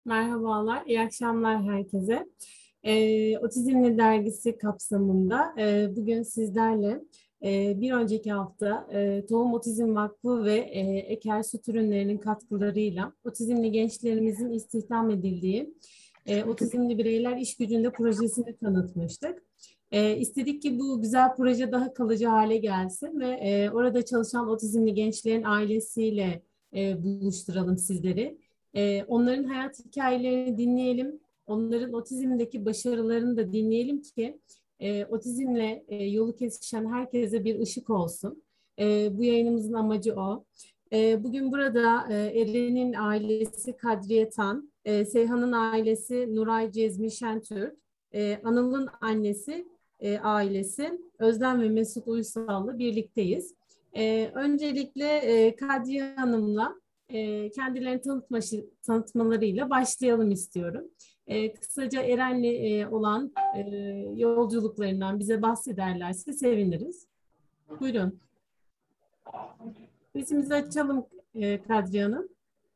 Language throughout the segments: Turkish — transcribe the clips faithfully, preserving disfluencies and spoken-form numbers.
Merhabalar, iyi akşamlar herkese. Ee, Otizmli Dergisi kapsamında e, bugün sizlerle e, bir önceki hafta e, Tohum Otizm Vakfı ve e, Eker Süt Ürünlerinin katkılarıyla otizmli gençlerimizin istihdam edildiği e, Otizmli Bireyler İş Gücünde projesini tanıtmıştık. E, istedik ki bu güzel proje daha kalıcı hale gelsin ve e, orada çalışan otizmli gençlerin ailesiyle e, buluşturalım sizleri. Ee, onların hayat hikayelerini dinleyelim. Onların otizmdeki başarılarını da dinleyelim ki e, otizmle e, yolu kesişen herkese bir ışık olsun. E, bu yayınımızın amacı o. E, bugün burada e, Eren'in ailesi Kadriye Tan, e, Seyhan'ın ailesi Nuray Cezmi Şentürk, e, Anıl'ın annesi e, ailesi Özlem ve Mesut Uysal'la birlikteyiz. E, öncelikle e, Kadriye Hanım'la e, kendilerini tanıtma, tanıtmalarıyla başlayalım istiyorum. E, kısaca Eren'le e, olan e, yolculuklarından bize bahsederlerse seviniriz. Buyurun. Sesimizi açalım e, Kadriye Hanım.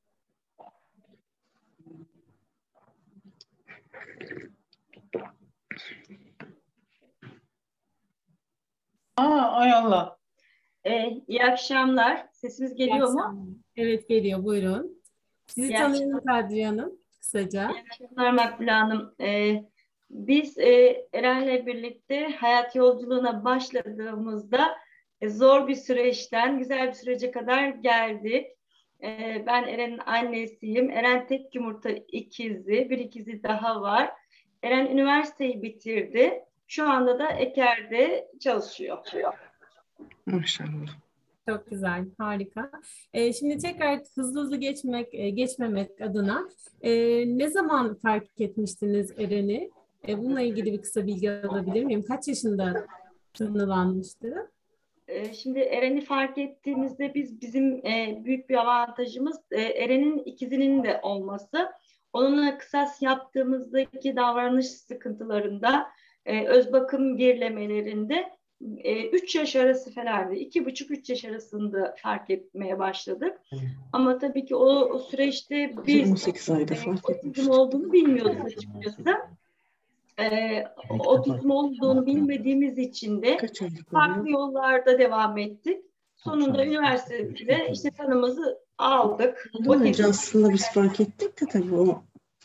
Aa, ay Allah. Ee, iyi akşamlar. Sesimiz İyi geliyor mu? akşamlar. Evet geliyor, buyurun. Sizi İyi tanıyalım akşamlar, Kadriye Hanım kısaca. iyi akşamlar Makbule Hanım. Ee, biz e, Eren'le birlikte hayat yolculuğuna başladığımızda e, zor bir süreçten güzel bir sürece kadar geldik. Ee, ben Eren'in annesiyim. Eren tek yumurta ikizi, bir ikizi daha var. Eren üniversiteyi bitirdi. Şu anda da Eker'de çalışıyor. Maşallah. Çok güzel, harika. E, şimdi tekrar hızlı hızlı geçmek, e, geçmemek adına e, ne zaman fark etmiştiniz Eren'i? E, bununla ilgili bir kısa bilgi alabilir miyim? Kaç yaşında tanılanmıştı? Ee, Şimdi Eren'i fark ettiğimizde biz bizim e, büyük bir avantajımız e, Eren'in ikizinin de olması. Onunla kısas yaptığımızdaki davranış sıkıntılarında, e, öz bakım gerilemelerinde e, üç yaş arası falandı. iki buçuk üç yaş arasında fark etmeye başladık. Ama tabii ki o, o süreçte biz on sekiz ayda e, fark otizm etmiştim. olduğunu bilmiyorduk açıkçası. E, otizm olduğunu bilmediğimiz için de Kaç aylık oluyor? farklı yollarda devam ettik. Sonunda doksan. üniversitede işte tanımızı aldık. Ondan önce Otizm. aslında biz fark ettik de tabii o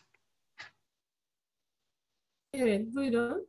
Evet, buyurun.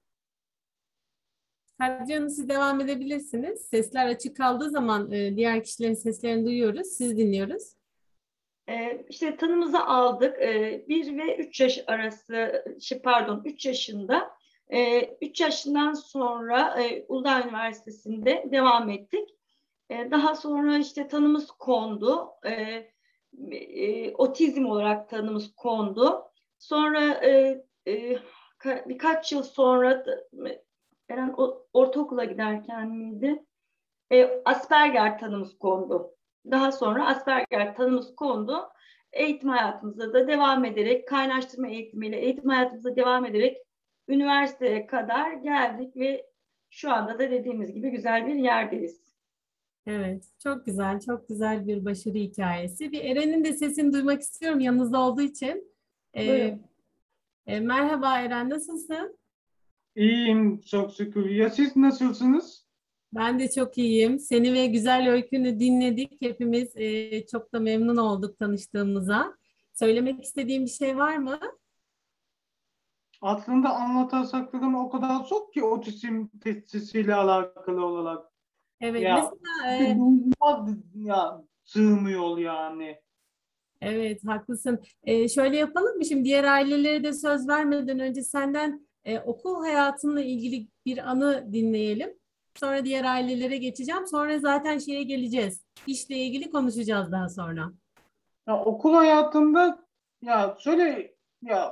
Kadriye Hanım siz devam edebilirsiniz. Sesler açık kaldığı zaman e, diğer kişilerin seslerini duyuyoruz. Siz dinliyoruz. Ee, işte tanımızı aldık. Ee, bir ve üç yaş arası, şey, pardon üç yaşında. Ee, üç yaşından sonra e, Uludağ Üniversitesi'nde devam ettik. Ee, daha sonra işte tanımız kondu. Ee, e, otizm olarak tanımız kondu. Sonra e, e, ka- birkaç yıl sonra Eren o- ortaokula giderken miydi? E, Asperger tanımız kondu. Daha sonra Asperger tanımız kondu. Eğitim hayatımıza da devam ederek, kaynaştırma eğitimiyle eğitim hayatımıza devam ederek üniversiteye kadar geldik ve şu anda da dediğimiz gibi güzel bir yerdeyiz. Evet, çok güzel, çok güzel bir başarı hikayesi. Bir Eren'in de sesini duymak istiyorum yanınızda olduğu için. E, Buyurun. e, merhaba Eren, nasılsın? İyiyim çok şükür. Ya siz nasılsınız? Ben de çok iyiyim. Seni ve güzel öykünü dinledik. Hepimiz e, çok da memnun olduk tanıştığımıza. Söylemek istediğin bir şey var mı? Aslında anlatacaklarım o kadar çok ki otizm testisiyle alakalı olarak. Evet, Ya mesela işte e, duyma ya sığmıyor yani. evet haklısın. E, şöyle yapalım mı? Şimdi diğer ailelere de söz vermeden önce senden e, okul hayatınla ilgili bir anı dinleyelim. Sonra diğer ailelere geçeceğim. Sonra zaten şeye geleceğiz. İşle ilgili konuşacağız daha sonra. Ya okul hayatında ya şöyle ya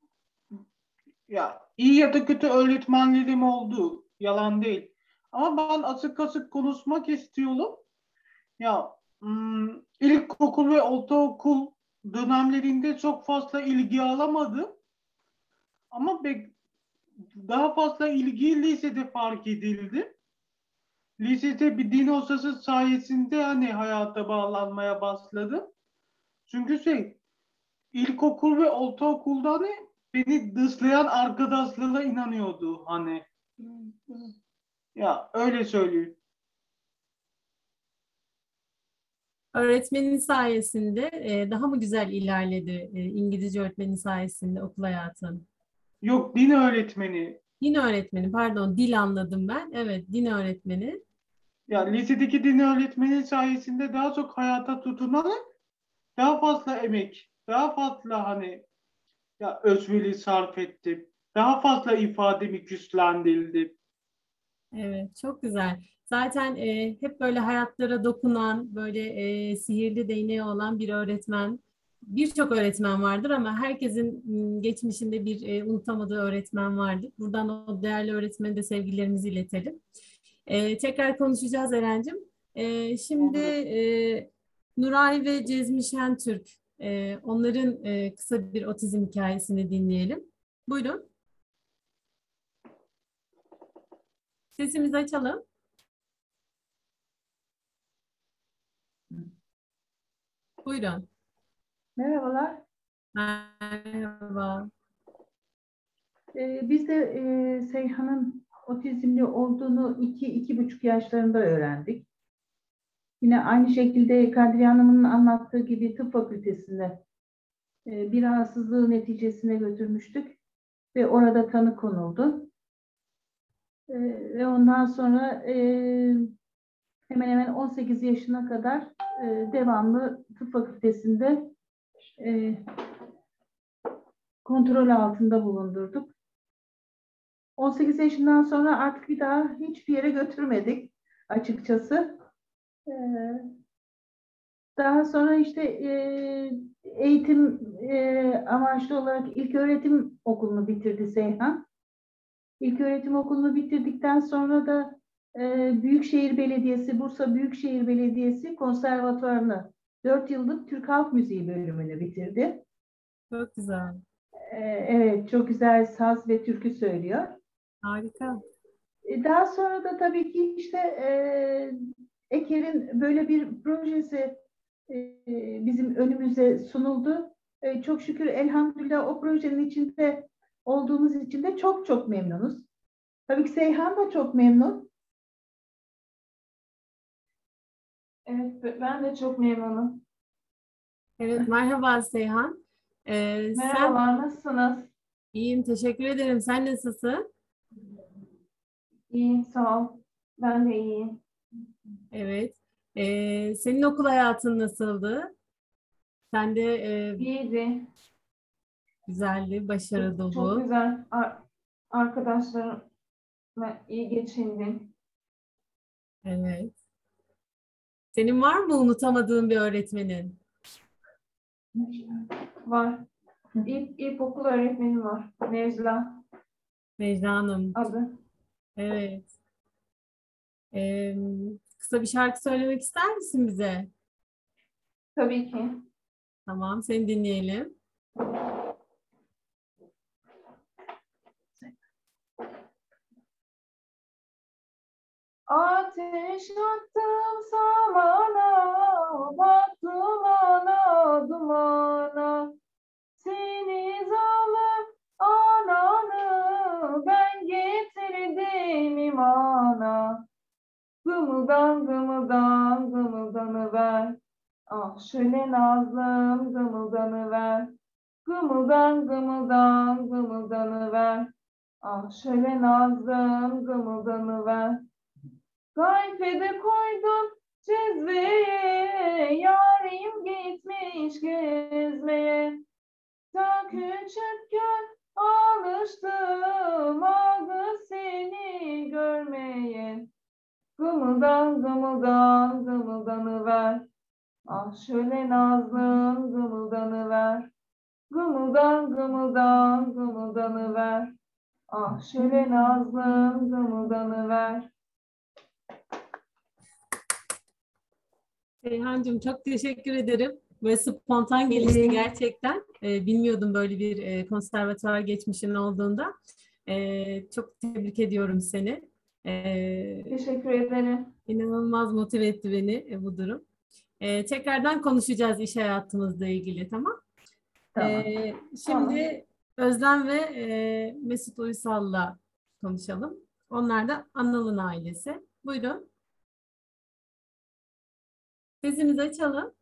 ya iyi ya da kötü öğretmenlerim oldu. Yalan değil. Ama ben açık açık konuşmak istiyorum. Ya hmm, ilkokul ve ortaokul dönemlerinde çok fazla ilgi alamadım. Ama be- daha fazla ilgi lisede fark edildi. Lisede bir din hocası sayesinde hani hayata bağlanmaya başladım. Çünkü şey ilkokul ve ortaokulda hani beni dışlayan arkadaşlara inanıyordu hani. Ya öyle söyleyeyim. Öğretmenin sayesinde e, daha mı güzel ilerledi e, İngilizce öğretmenin sayesinde okul hayatın? Yok, din öğretmeni. Din öğretmeni, pardon, dil anladım ben. Evet, din öğretmeni. Ya lisedeki din öğretmeni sayesinde daha çok hayata tutunarak daha fazla emek, daha fazla hani ya özveri sarf ettim. Daha fazla ifademi güçlendirdim. Evet, çok güzel. Zaten e, hep böyle hayatlara dokunan, böyle e, sihirli değneği olan bir öğretmen. Birçok öğretmen vardır ama herkesin m, geçmişinde bir e, unutamadığı öğretmen vardır. Buradan o değerli öğretmene de sevgilerimizi iletelim. E, tekrar konuşacağız Eren'cim. E, şimdi e, Nuray ve Cezmi Şentürk, e, onların e, kısa bir otizm hikayesini dinleyelim. Buyurun, sesimizi açalım. Buyurun. Merhabalar. Merhaba. Ee, biz de e, Seyhan'ın otizmli olduğunu iki, iki buçuk yaşlarında öğrendik. Yine aynı şekilde Kadriye Hanım'ın anlattığı gibi tıp fakültesinde e, bir rahatsızlığı neticesine götürmüştük ve orada tanı konuldu. E, ve ondan sonra e, hemen hemen on sekiz yaşına kadar e, devamlı tıp fakültesinde e, kontrol altında bulundurduk. on sekiz yaşından sonra artık bir daha hiçbir yere götürmedik açıkçası. Ee, daha sonra işte e, eğitim e, amaçlı olarak ilköğretim okulunu bitirdi Seyhan. İlköğretim okulunu bitirdikten sonra da e, Büyükşehir Belediyesi, Bursa Büyükşehir Belediyesi Konservatuvarını dört yıllık Türk Halk Müziği bölümünü bitirdi. Çok güzel. Ee, evet, çok güzel saz ve türkü söylüyor. Harika. Daha sonra da tabii ki işte e, Eker'in böyle bir projesi e, bizim önümüze sunuldu. E, çok şükür elhamdülillah o projenin içinde olduğumuz için de çok çok memnunuz. Tabii ki Seyhan da çok memnun. Evet, ben de çok memnunum. Evet, merhaba Seyhan. Ee, sen Merhabalar, nasılsınız? iyiyim, teşekkür ederim. Sen nasılsın? İyiyim, sağ ol. Ben de iyiyim. Evet. Ee, senin okul hayatın nasıldı? Sen de e, İyiydi. güzeldi, başarı Çok, çok dolu. güzel. Ar arkadaşlarımla iyi geçindim. Evet. Senin var mı unutamadığın bir öğretmenin? Var. İlk, ilkokul öğretmenim var. Necla Necla Hanım. adı. Evet. Ee, kısa bir şarkı söylemek ister misin bize? Tabii ki. Tamam, seni dinleyelim. Ateş attım samana, bak dumana dumana. Seni zalim ananı ben getirdim imana. Gımıldan gımıldan gımıldanıver. Ah şöyle nazlım gımıldanıver. Gımıldan gımıldan gımıldanıver. Ah şöyle nazlım gımıldanıver. Gayfede koydum cezveye, yarim gitmiş gezmeye. Ta küçükken alıştım aldı seni görmeye. Gımıldan gımıldan gımıldanıver. Ah şöyle nazlım gımıldanıver. Gımıldan gımıldan gımıldanıver. Ah şöyle nazlım gımıldanıver. Seyhancığım çok teşekkür ederim. Böyle spontan gelişti gerçekten. Ee, bilmiyordum böyle bir e, konservatuvar geçmişinin olduğunda. Ee, çok tebrik ediyorum seni. Ee, Teşekkür ederim. inanılmaz motive etti beni e, bu durum. Ee, tekrardan konuşacağız iş hayatımızla ilgili, tamam? Tamam. Ee, şimdi Özlem ve e, Mesut Uysal'la konuşalım. Onlar da Anıl'ın ailesi. Buyurun. Sesimizi açalım.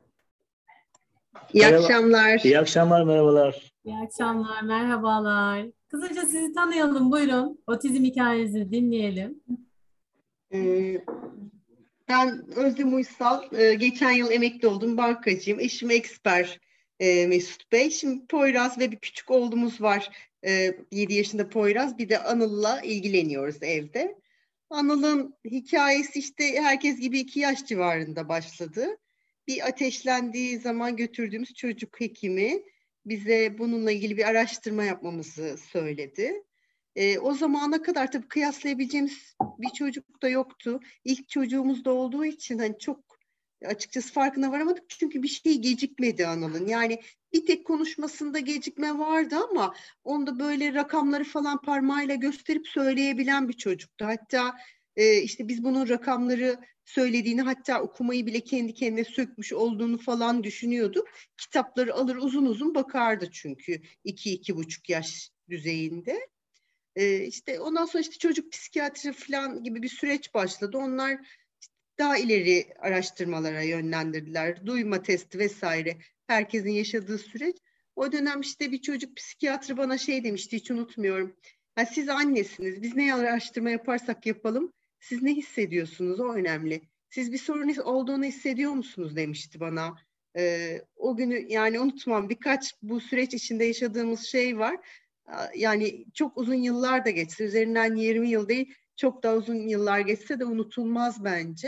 İyi Merhaba. akşamlar. İyi akşamlar, merhabalar. İyi akşamlar, merhabalar. Kısaca sizi tanıyalım, buyurun. Otizm hikayenizi dinleyelim. Ee, ben Özlem Uysal. Ee, geçen yıl emekli oldum. Bankacıyım. Eşim eksper e, Mesut Bey. Şimdi Poyraz ve bir küçük oğlumuz var. Ee, yedi yaşında Poyraz. Bir de Anıl'la ilgileniyoruz evde. Anıl'ın hikayesi işte herkes gibi iki yaş civarında başladı. Bir ateşlendiği zaman götürdüğümüz çocuk hekimi bize bununla ilgili bir araştırma yapmamızı söyledi. E, o zamana kadar tabii kıyaslayabileceğimiz bir çocuk da yoktu. İlk çocuğumuz da olduğu için hani çok açıkçası farkına varamadık. Çünkü bir şey gecikmedi Anıl'ın. Yani bir tek konuşmasında gecikme vardı ama onda böyle rakamları falan parmağıyla gösterip söyleyebilen bir çocuktu. Hatta e, işte biz bunun rakamları söylediğini, hatta okumayı bile kendi kendine sökmüş olduğunu falan düşünüyorduk. Kitapları alır uzun uzun bakardı çünkü iki iki buçuk yaş düzeyinde. Ee, işte ondan sonra işte çocuk psikiyatri falan gibi bir süreç başladı. Onlar daha ileri araştırmalara yönlendirdiler. Duyma testi vesaire, herkesin yaşadığı süreç. O dönem işte bir çocuk psikiyatri bana şey demişti, hiç unutmuyorum. Yani siz annesiniz, biz ne araştırma yaparsak yapalım, siz ne hissediyorsunuz, o önemli. Siz bir sorun olduğunu hissediyor musunuz demişti bana. Ee, o günü yani unutmam, birkaç bu süreç içinde yaşadığımız şey var. Yani çok uzun yıllar da geçse, üzerinden yirmi yıl değil, çok daha uzun yıllar geçse de unutulmaz bence.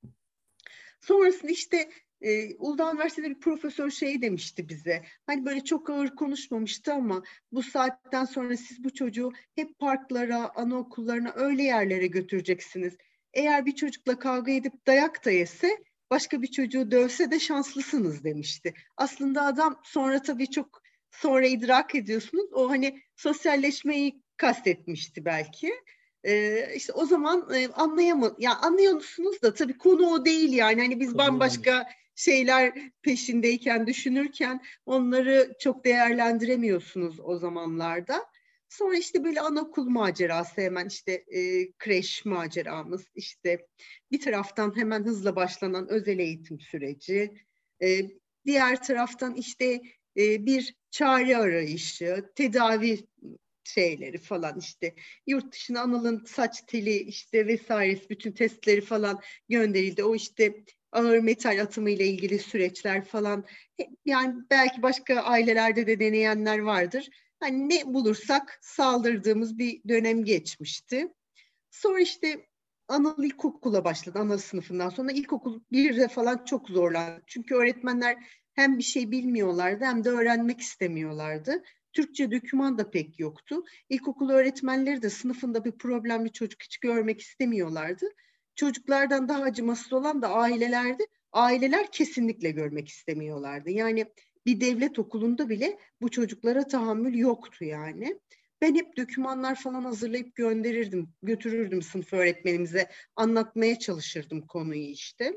Sonrasında işte e, Uludağ Üniversitesi'nde bir profesör şey demişti bize. Hani böyle çok ağır konuşmamıştı ama bu saatten sonra siz bu çocuğu hep parklara, anaokullarına, öyle yerlere götüreceksiniz. Eğer bir çocukla kavga edip dayak da yese, başka bir çocuğu dövse de şanslısınız demişti. Aslında adam sonra tabii çok sonra idrak ediyorsunuz. O hani sosyalleşmeyi kastetmişti belki. Ee, işte o zaman e, anlayamadım. Ya anlıyorsunuz da tabii konu o değil yani. Hani biz bambaşka şeyler peşindeyken, düşünürken onları çok değerlendiremiyorsunuz o zamanlarda. Sonra işte böyle anaokul macerası, hemen işte e, kreş maceramız, işte bir taraftan hemen hızla başlanan özel eğitim süreci, e, diğer taraftan işte e, bir çare arayışı, tedavi şeyleri falan, işte yurt dışına Anıl'ın saç teli işte vesairesi, bütün testleri falan gönderildi. O işte ağır metal atımı ile ilgili süreçler falan, yani belki başka ailelerde de deneyenler vardır. Hani ne bulursak saldırdığımız bir dönem geçmişti. Sonra işte Anıl ilkokula başladı, ana sınıfından sonra. İlkokul birde falan çok zorlandı. Çünkü öğretmenler hem bir şey bilmiyorlardı hem de öğrenmek istemiyorlardı. Türkçe doküman da pek yoktu. İlkokul öğretmenleri de sınıfında bir problemli çocuk hiç görmek istemiyorlardı. Çocuklardan daha acımasız olan da ailelerdi. Aileler kesinlikle görmek istemiyorlardı. Yani bir devlet okulunda bile bu çocuklara tahammül yoktu yani. Ben hep dokümanlar falan hazırlayıp gönderirdim, götürürdüm sınıf öğretmenimize, anlatmaya çalışırdım konuyu işte.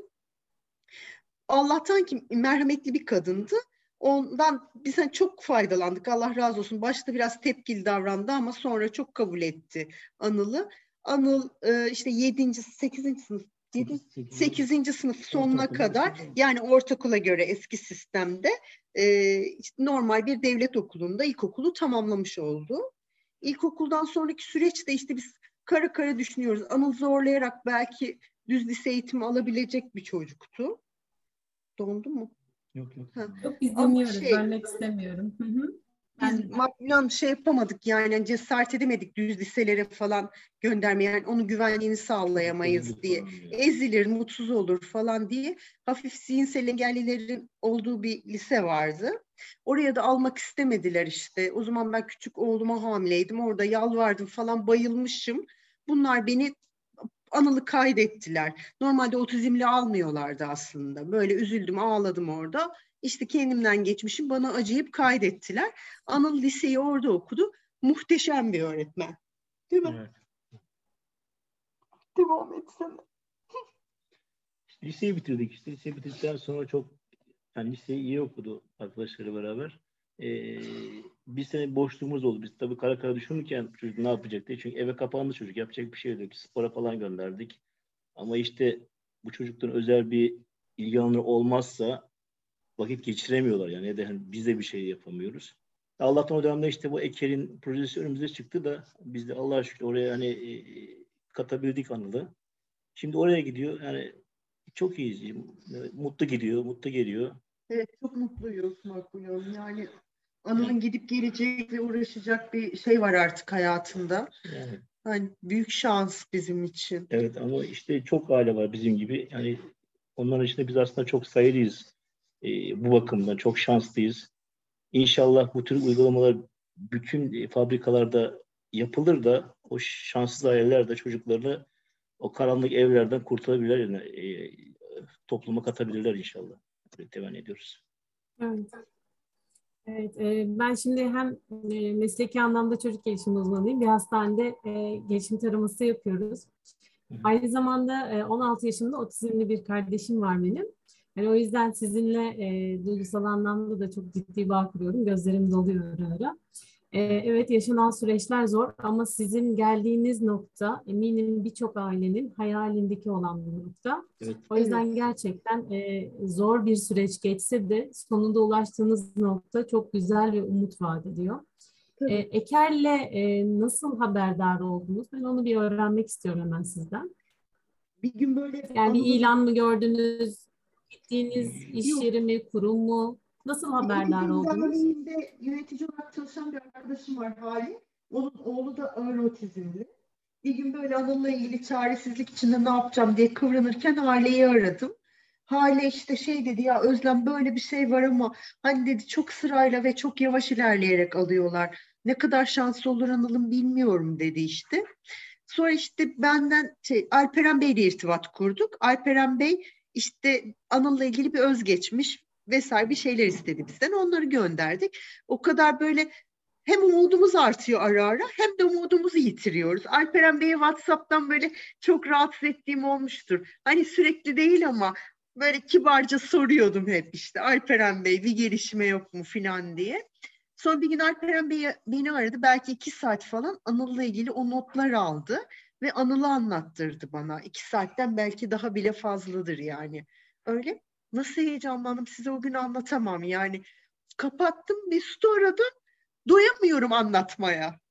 Allah'tan ki merhametli bir kadındı. Ondan biz hani çok faydalandık, Allah razı olsun. Başta biraz tepkili davrandı ama sonra çok kabul etti Anıl'ı. Anıl işte yedinci, sekizinci sınıf, sekizinci sınıf sonuna kadar, yani ortaokula göre eski sistemde işte normal bir devlet okulunda ilkokulu tamamlamış oldu. İlkokuldan sonraki süreçte işte biz kara kara düşünüyoruz. Anıl zorlayarak belki düz lise eğitimi alabilecek bir çocuktu. Dondu mu? Yok yok. Ha. Yok, biz Ama dinliyoruz. şey, Bölmek istemiyorum. Hı hı. Biz Ben... Makbulan şey yapamadık yani, cesaret edemedik düz liselere falan göndermeye. Yani onun güvenliğini sağlayamayız diye. Ezilir, mutsuz olur falan diye. Hafif zihinsel engellilerin olduğu bir lise vardı. Oraya da almak istemediler işte. O zaman ben küçük oğluma hamileydim. Orada yalvardım falan, bayılmışım. Bunlar beni, Anıl'ı kaydettiler. Normalde otizmli almıyorlardı aslında. Böyle üzüldüm, ağladım orada. İşte kendimden geçmişim, bana acıyıp kaydettiler. Anıl liseyi orada okudu. Muhteşem bir öğretmen. Değil mi? Evet. Devam etsene. Liseyi bitirdik işte. Liseyi bitirdikten sonra çok, yani liseyi iyi okudu arkadaşları beraber. Ee, bir sene boşluğumuz oldu. Biz tabii kara kara düşünürken çocuk ne yapacak diye. Çünkü eve kapandı çocuk. Yapacak bir şey yok. Spora falan gönderdik. Ama işte bu çocukların özel bir ilgi alanları olmazsa vakit geçiremiyorlar yani. Ya da hani biz de bir şey yapamıyoruz. Allah'tan o dönemde işte bu Eker'in projesi önümüze çıktı da biz de Allah'a şükür oraya hani e, katabildik Anıl'ı. Şimdi oraya gidiyor. Yani çok iyiyiz. Mutlu gidiyor, mutlu geliyor. Evet, çok mutluyuz Makbule. Yani Anıl'ın gidip gelecek ve uğraşacak bir şey var artık hayatında. Yani, hani büyük şans bizim için. evet ama işte çok aile var bizim gibi. Yani onların içinde biz aslında çok sayılıyız. Ee, bu bakımdan çok şanslıyız. İnşallah bu tür uygulamalar bütün e, fabrikalarda yapılır da o şanssız aileler de çocuklarını o karanlık evlerden kurtarabilirler. Yani, e, topluma katabilirler inşallah. Böyle temenni ediyoruz. Evet. Evet, e, ben şimdi hem e, mesleki anlamda çocuk gelişimi uzmanıyım. Bir hastanede e, gelişim taraması yapıyoruz. Hı hı. Aynı zamanda e, on altı yaşında otizmli bir kardeşim var benim. Yani o yüzden sizinle e, duygusal anlamda da çok ciddi bağ kuruyorum. Gözlerim doluyor ara ara. E, evet, yaşanan süreçler zor ama sizin geldiğiniz nokta eminim birçok ailenin hayalindeki olan bir nokta. Evet. O yüzden gerçekten e, zor bir süreç geçse de sonunda ulaştığınız nokta çok güzel ve umut vaat ediyor. E, Eker'le e, nasıl haberdar oldunuz? Ben onu bir öğrenmek istiyorum hemen sizden. Bir gün böyle Yani bir Anıl'ın ilan mı gördünüz? Gittiğiniz iş yok. yeri mi, kurum mu? Nasıl haberdar Eğitim oldunuz? Derneği'nde yönetici olarak çalışan bir arkadaşım var Hali. Onun oğlu da ağır otizmli. Bir gün böyle Anıl'la ilgili çaresizlik içinde ne yapacağım diye kıvranırken Hale'yi aradım. Hale işte şey dedi, ya Özlem böyle bir şey var ama hani dedi çok sırayla ve çok yavaş ilerleyerek alıyorlar. Ne kadar şanslı olur Anıl'ın bilmiyorum dedi işte. Sonra işte benden şey, Alperen Bey'le irtibat kurduk. Alperen Bey işte Anıl'la ilgili bir özgeçmiş vesaire bir şeyler istedi bizden. Onları gönderdik. O kadar böyle hem umudumuz artıyor ara ara hem de umudumuzu yitiriyoruz. Alperen Bey'e WhatsApp'tan böyle çok rahatsız ettiğim olmuştur. Hani sürekli değil ama böyle kibarca soruyordum hep işte Alperen Bey bir gelişme yok mu falan diye. Sonra bir gün Alperen Bey beni aradı. Belki iki saat falan Anıl'la ilgili o notlar aldı ve Anıl'ı anlattırdı bana. İki saatten belki daha bile fazladır yani. Öyle. Nasıl heyecanlandım size o gün anlatamam yani. Kapattım, Mesut'u aradım. Doyamıyorum anlatmaya.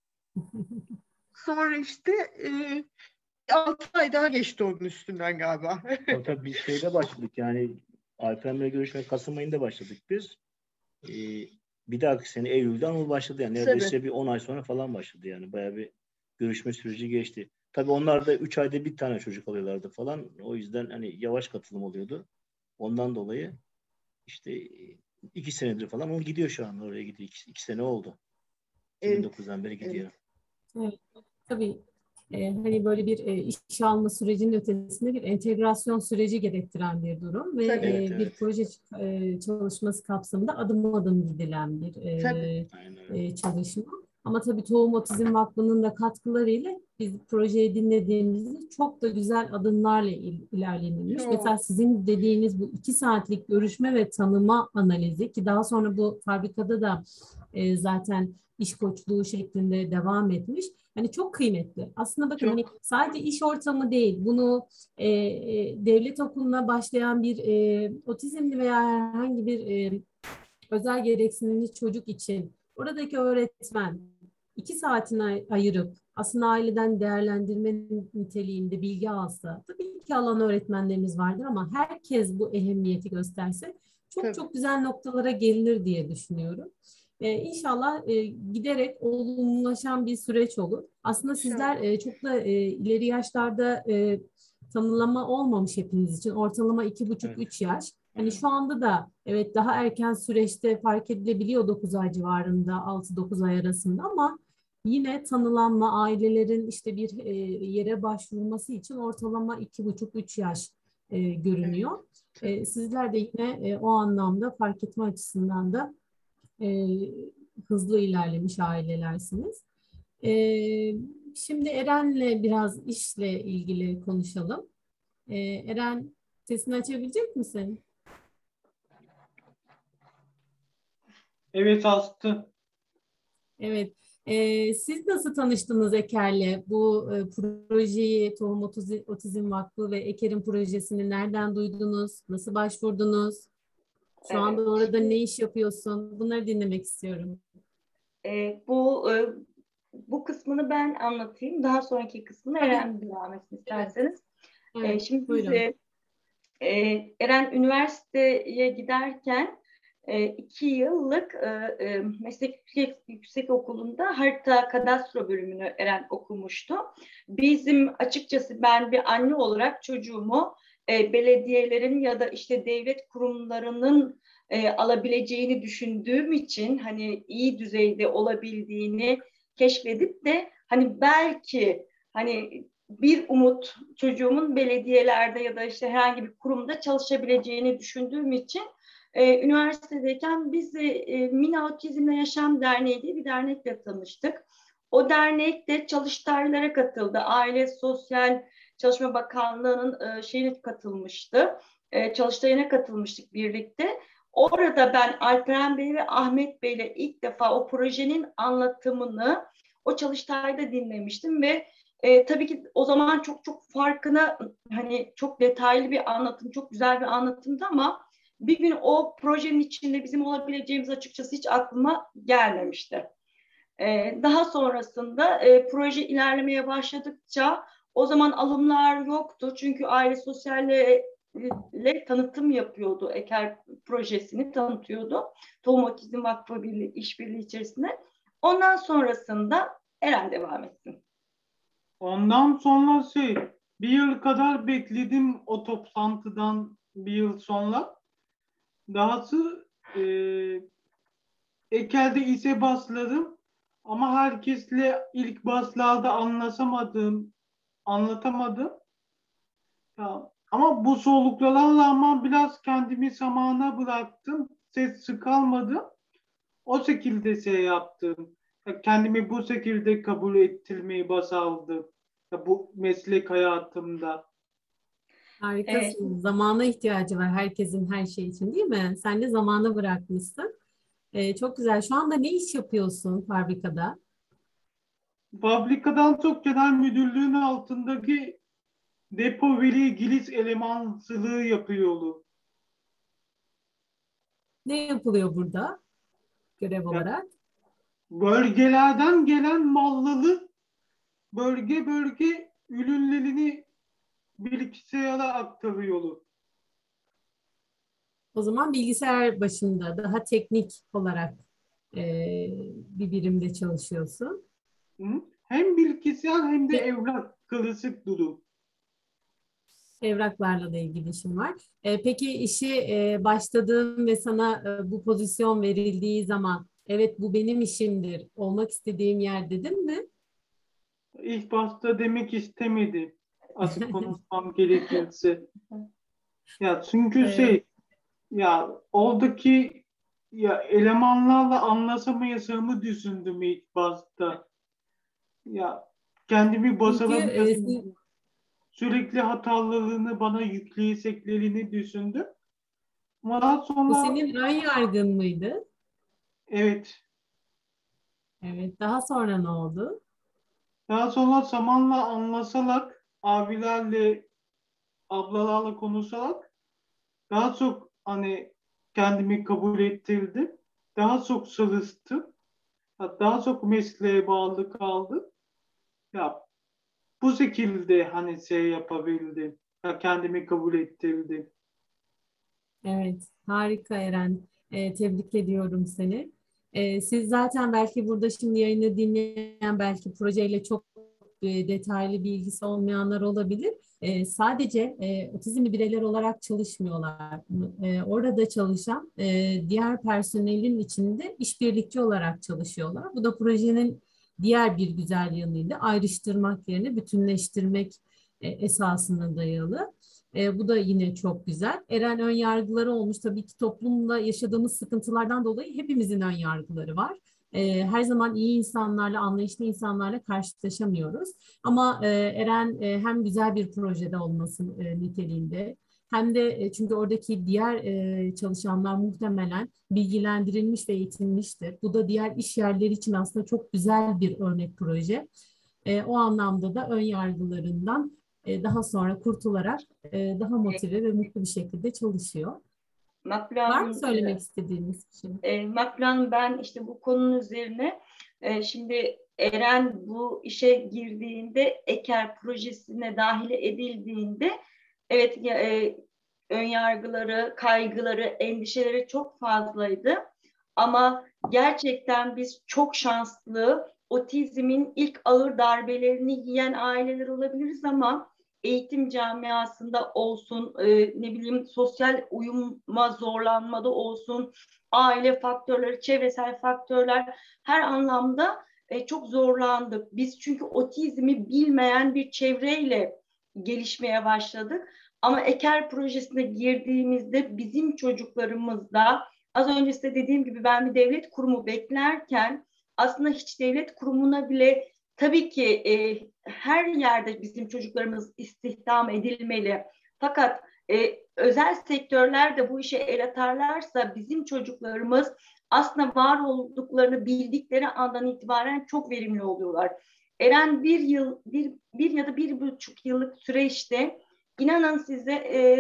Sonra işte e, altı ay daha geçti onun üstünden galiba. Tabii tabii biz şeyde başladık yani Alperen'le görüşmeye Kasım ayında başladık biz. Ee, bir dahaki sene Eylül'de Anıl başladı yani neredeyse Tabii. bir on ay sonra falan başladı yani bayağı bir görüşme süreci geçti. Tabii onlar da üç ayda bir tane çocuk alıyorlardı falan. O yüzden hani yavaş katılım oluyordu. Ondan dolayı işte iki senedir falan o gidiyor şu an oraya gidiyor. İki, iki sene oldu. Evet, iki bin dokuzdan beri gidiyor. Evet, tabii e, hani böyle bir e, iş alma sürecinin ötesinde bir entegrasyon süreci gerektiren bir durum ve tabii. Evet, e, bir evet. proje e, çalışması kapsamında adım adım gidilen bir e, Tabii. Aynen öyle. e, çalışma. Ama tabii Tohum Otizm Vakfı'nın da katkılarıyla biz projeyi dinlediğimizde çok da güzel adımlarla il, ilerlenilmiş. Çok. Mesela sizin dediğiniz bu iki saatlik görüşme ve tanıma analizi ki daha sonra bu fabrikada da e, zaten iş koçluğu şeklinde devam etmiş. Hani çok kıymetli. Aslında bakın Çok. hani sadece iş ortamı değil. Bunu e, e, devlet okuluna başlayan bir e, otizmli veya herhangi bir e, özel gereksinimli çocuk için oradaki öğretmen iki saatini ay- ayırıp aslında aileden değerlendirme niteliğinde bilgi alsa, tabii ki alan öğretmenlerimiz vardır ama herkes bu ehemmiyeti gösterse çok Tabii. çok güzel noktalara gelinir diye düşünüyorum. Ee, İnşallah e, giderek olumlulaşan bir süreç olur. Aslında sizler e, çok da e, ileri yaşlarda e, tanılama olmamış hepiniz için. Ortalama iki buçuk Evet. üç yaş. Hani Evet. şu anda da evet daha erken süreçte fark edilebiliyor dokuz ay civarında, altı dokuz ay arasında ama yine tanılanma ailelerin işte bir e, yere başvurması için ortalama iki buçuk üç yaş e, görünüyor. E, sizler de yine e, o anlamda fark etme açısından da e, hızlı ilerlemiş ailelersiniz. E, Şimdi Eren'le biraz işle ilgili konuşalım. E, Eren sesini açabilecek misin? Evet astı. Evet. Ee, siz nasıl tanıştınız Eker'le? Bu e, projeyi Tohum Otizi- Otizm Vakfı ve Eker'in projesini nereden duydunuz? Nasıl başvurdunuz? Şu anda Evet. orada ne iş yapıyorsun? Bunları dinlemek istiyorum. E, bu e, bu kısmını ben anlatayım. Daha sonraki kısmını Tabii. Eren devam etsin isterseniz. E, Evet, şimdi biz buyurun. e, e, Eren üniversiteye giderken e, iki yıllık e, e, meslek yüksek, yüksek okulunda harita kadastro bölümünü Eren okumuştu. Bizim açıkçası ben bir anne olarak çocuğumu e, belediyelerin ya da işte devlet kurumlarının e, alabileceğini düşündüğüm için hani iyi düzeyde olabildiğini keşfedip de hani belki hani bir umut çocuğumun belediyelerde ya da işte herhangi bir kurumda çalışabileceğini düşündüğüm için e, üniversitedeyken biz de e, Mina Otizmle Yaşam Derneği diye bir dernekle tanıştık. O dernek de çalıştaylara katıldı. Aile Sosyal Çalışma Bakanlığı'nın e, şeyine katılmıştı. E, çalıştayına katılmıştık birlikte. Orada ben Alperen Bey ve Ahmet Bey ile ilk defa o projenin anlatımını o çalıştayda dinlemiştim ve e, tabii ki o zaman çok çok farkına hani çok detaylı bir anlatım, çok güzel bir anlatımdı ama bir gün o projenin içinde bizim olabileceğimiz açıkçası hiç aklıma gelmemişti. E, daha sonrasında e, proje ilerlemeye başladıkça o zaman alımlar yoktu çünkü Aile Sosyal'le ile tanıtım yapıyordu. Eker projesini tanıtıyordu. Tohum Otizm Vakfı Birliği, işbirliği içerisinde. Ondan sonrasında Eren devam etsin. Ondan sonra şey, bir yıl kadar bekledim o toplantıdan bir yıl sonra. Dahası e, Ekel'de ise baslarım ama herkesle ilk baslarda anlaşamadım, anlatamadım. Ya, ama bu soğukluklara rağmen biraz kendimi zamana bıraktım. Ses çıkarmadım. O şekilde şey yaptım. Ya, kendimi bu şekilde kabul ettirmeyi başardım. Ya, bu meslek hayatımda. Evet. Harikasın. Zamana ihtiyacı var herkesin her şey için, değil mi? Sen de zamanı bırakmışsın. Ee, çok güzel. Şu anda ne iş yapıyorsun fabrikada? Fabrikadan çok genel müdürlüğün altındaki depo veri giriş elemancılığı yapıyorum. Ne yapılıyor burada görev Ya, olarak? bölgelerden gelen malları bölge bölge ürünlerini bilgisayara aktarıyoruz. O zaman bilgisayar başında daha teknik olarak e, bir birimde çalışıyorsun. Hı? Hem bilgisayar hem de Ve evrak klasik durum. evraklarla da ilgili işim var. E, peki işi e, başladığın ve sana e, bu pozisyon verildiği zaman evet bu benim işimdir, olmak istediğim yer dedin mi? İlk başta demek istemedim. Açık konuşmam gerekirse. Ya çünkü E, şey, ya oradaki ya elemanlarla anlaşamayacağımı düşündüm ilk başta. Ya kendimi çünkü e, siz- başaramayacağım. Sürekli hatalarını bana yükleyeceklerini düşündüm. Ama daha bu sonra senin ön yargın mıydı? evet, Evet, daha sonra ne oldu? daha sonra zamanla anlaşarak abilerle ablalarla konuşarak daha çok hani kendimi kabul ettirdim. Daha çok çalıştım. Daha çok mesleğe bağlı kaldım. Ya bu şekilde hani şey yapabildim. Ya kendimi kabul ettirdim. Evet, harika Eren. Ee, tebrik ediyorum seni. Ee, siz zaten belki burada şimdi yayını dinleyen, belki projeyle çok e, detaylı bilgisi olmayanlar olabilir. Ee, sadece e, otizmli bireyler olarak çalışmıyorlar. Ee, orada çalışan e, diğer personelin içinde işbirlikçi olarak çalışıyorlar. Bu da projenin diğer bir güzel yanıydı. Ayrıştırmak yerine bütünleştirmek e, esasına dayalı. E, bu da yine çok güzel. Eren ön yargıları olmuş. Tabii ki toplumda yaşadığımız sıkıntılardan dolayı hepimizin ön yargıları var. E, her zaman iyi insanlarla, anlayışlı insanlarla karşılaşamıyoruz. Ama e, Eren e, hem güzel bir projede olması e, niteliğinde hem de e, çünkü oradaki diğer e, çalışanlar muhtemelen bilgilendirilmiş ve eğitilmiştir. Bu da diğer iş yerleri için aslında çok güzel bir örnek proje. E, o anlamda da ön yargılarından e, daha sonra kurtularak e, daha motive ve mutlu bir şekilde çalışıyor. Var mı Makbule'nin söylemek istediğiniz bir şey? e, Makbule'nin ben işte bu konunun üzerine e, şimdi Eren bu işe girdiğinde Eker projesine dahil edildiğinde evet e, ön yargıları, kaygıları, endişeleri çok fazlaydı. Ama gerçekten biz çok şanslı, otizmin ilk ağır darbelerini yiyen aileler olabiliriz ama eğitim camiasında olsun, e, ne bileyim sosyal uyuma zorlanmada olsun, aile faktörleri, çevresel faktörler her anlamda e, çok zorlandık. Biz çünkü otizmi bilmeyen bir çevreyle gelişmeye başladık. Ama Eker projesine girdiğimizde bizim çocuklarımızda az önce size dediğim gibi ben bir devlet kurumu beklerken aslında hiç devlet kurumuna bile tabii ki e, her yerde bizim çocuklarımız istihdam edilmeli. Fakat e, özel sektörler de bu işe el atarlarsa bizim çocuklarımız aslında var olduklarını bildikleri andan itibaren çok verimli oluyorlar. Eren bir yıl, bir, bir ya da bir buçuk yıllık süreçte inanın size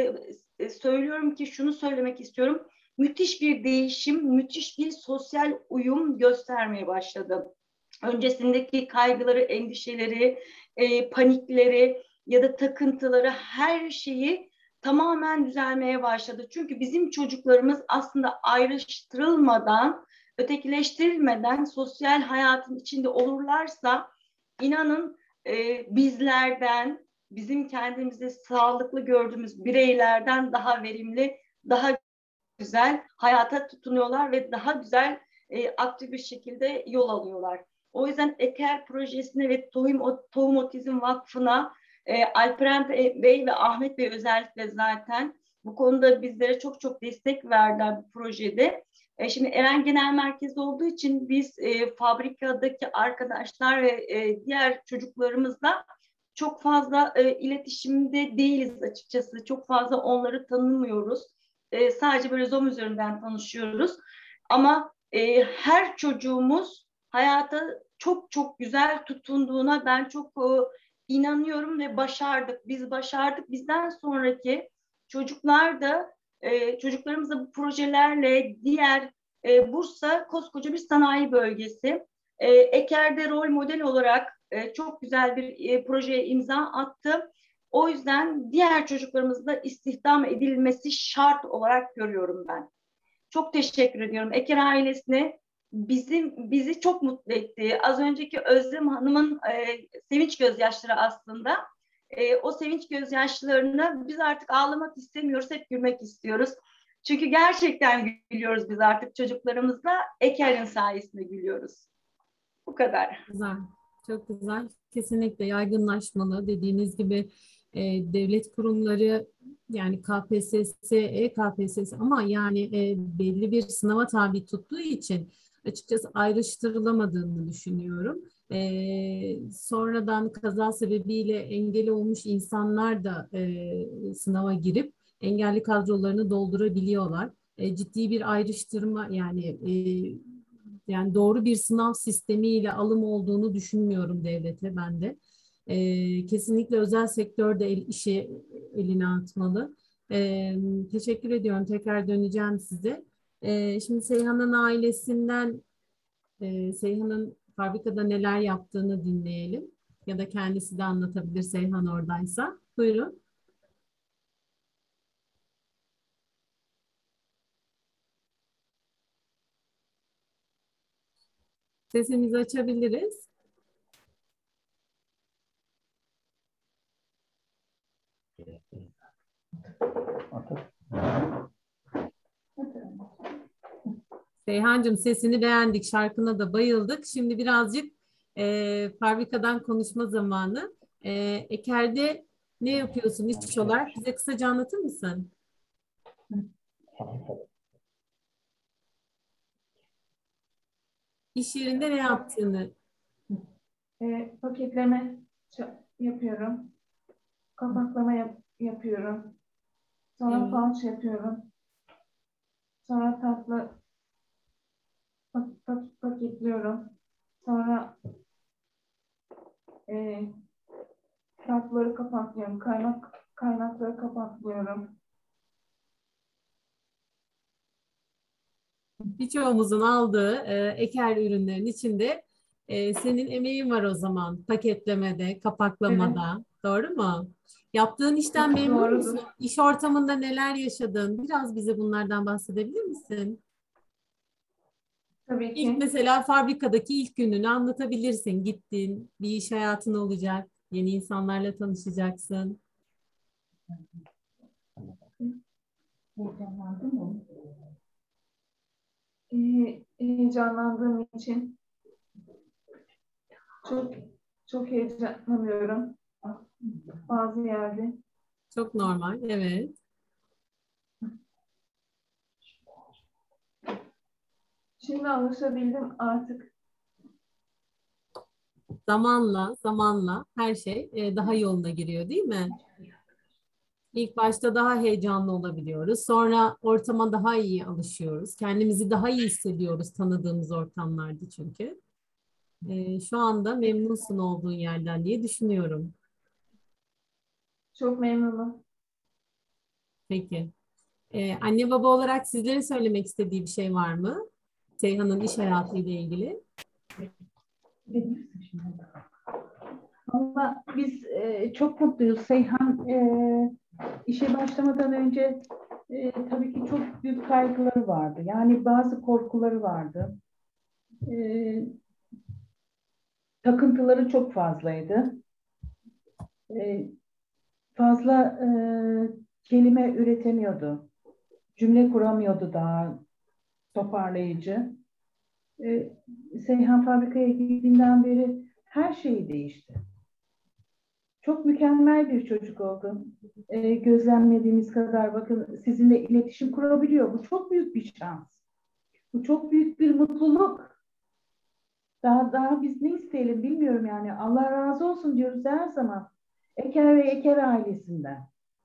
e, söylüyorum ki şunu söylemek istiyorum. Müthiş bir değişim, müthiş bir sosyal uyum göstermeye başladı. Öncesindeki kaygıları, endişeleri, e, panikleri ya da takıntıları her şeyi tamamen düzelmeye başladı. Çünkü bizim çocuklarımız aslında ayrıştırılmadan, ötekileştirilmeden sosyal hayatın içinde olurlarsa inanın e, bizlerden, bizim kendimizi sağlıklı gördüğümüz bireylerden daha verimli, daha güzel hayata tutunuyorlar ve daha güzel e, aktif bir şekilde yol alıyorlar. O yüzden Eker projesine ve Tohum, Tohum Otizm Vakfı'na e, Alperen Bey ve Ahmet Bey özellikle zaten bu konuda bizlere çok çok destek verdiler bu projede. E, şimdi Eren Genel Merkezi olduğu için biz e, fabrikadaki arkadaşlar ve e, diğer çocuklarımızla çok fazla e, iletişimde değiliz açıkçası. Çok fazla onları tanımıyoruz. E, sadece böyle Zoom üzerinden tanışıyoruz. Ama e, her çocuğumuz hayata çok çok güzel tutunduğuna ben çok e, inanıyorum ve başardık. Biz başardık. Bizden sonraki çocuklar da e, çocuklarımız da bu projelerle diğer e, Bursa koskoca bir sanayi bölgesi. E, Eker'de rol model olarak e, çok güzel bir e, projeye imza attı. O yüzden diğer çocuklarımızın da istihdam edilmesi şart olarak görüyorum ben. Çok teşekkür ediyorum Eker ailesine. Bizim bizi çok mutlu etti. Az önceki Özlem Hanım'ın e, sevinç gözyaşları aslında. E, o sevinç gözyaşlarını biz artık ağlamak istemiyoruz, hep gülmek istiyoruz. Çünkü gerçekten gülüyoruz biz artık çocuklarımızla. Eker'in sayesinde gülüyoruz. Bu kadar. Güzel, çok güzel. Kesinlikle yaygınlaşmalı. Dediğiniz gibi e, devlet kurumları yani K P S S, E K P S S ama yani e, belli bir sınava tabi tuttuğu için açıkçası ayrıştırılamadığını düşünüyorum. E, sonradan kaza sebebiyle engel olmuş insanlar da e, sınava girip engelli kadrolarını doldurabiliyorlar. E, ciddi bir ayrıştırma yani e, yani doğru bir sınav sistemiyle alım olduğunu düşünmüyorum devlete ben de. Ee, kesinlikle özel sektör de el, işi eline atmalı. Ee, teşekkür ediyorum. Tekrar döneceğim size. Ee, şimdi Seyhan'ın ailesinden e, Seyhan'ın fabrikada neler yaptığını dinleyelim. Ya da kendisi de anlatabilir Seyhan oradaysa. Buyurun. Sesimizi açabiliriz. Seyhancığım sesini beğendik, şarkına da bayıldık. Şimdi birazcık e, fabrikadan konuşma zamanı. E, Eker'de ne yapıyorsun iş olarak? Bize kısaca anlatır mısın? İş yerinde ne yaptığını. E, paketleme ça- yapıyorum. Kapaklama yap- yapıyorum. Sonra Evet. poğaça yapıyorum. Sonra tatlı pak- pak- paketliyorum. Sonra e, tatlıları kapatlıyorum. Kaynak kaynakları kapatlıyorum. Birçoğumuzun aldığı e, eker ürünlerin içinde e, senin emeğin var o zaman. Paketlemede, Evet, kapaklamada. Doğru mu? Yaptığın işten memnun musun? doğrudur. İş ortamında neler yaşadın? Biraz bize bunlardan bahsedebilir misin? Tabii İlk ki. mesela fabrikadaki ilk gününü anlatabilirsin. Gittin, bir iş hayatın olacak, yeni insanlarla tanışacaksın. Heyecanlandın mı? E, heyecanlandığım için çok çok heyecanlanıyorum bazı yerde. Çok normal, evet. Şimdi alışabildim artık. Zamanla, zamanla her şey e, daha yoluna giriyor, değil mi? İlk başta daha heyecanlı olabiliyoruz. Sonra ortama daha iyi alışıyoruz. Kendimizi daha iyi hissediyoruz tanıdığımız ortamlarda çünkü. Ee, şu anda memnunsun olduğun yerden diye düşünüyorum. Çok memnunum. Peki. Ee, anne baba olarak sizlerin söylemek istediği bir şey var mı? Seyhan'ın iş hayatı ile ilgili. Valla biz e, çok mutluyuz. Seyhan e, işe başlamadan önce e, tabii ki çok büyük kaygıları vardı. Yani bazı korkuları vardı. E, takıntıları çok fazlaydı. E, fazla e, kelime üretemiyordu. Cümle kuramıyordu daha toparlayıcı. E, Seyhan fabrikaya gittiğinden beri her şey değişti. Çok mükemmel bir çocuk oldu. E, gözlemlediğimiz kadar bakın sizinle iletişim kurabiliyor. Bu çok büyük bir şans. Bu çok büyük bir mutluluk. Daha daha biz ne isteyelim bilmiyorum yani. Allah razı olsun diyoruz her zaman. Eker ve Eker ailesinden.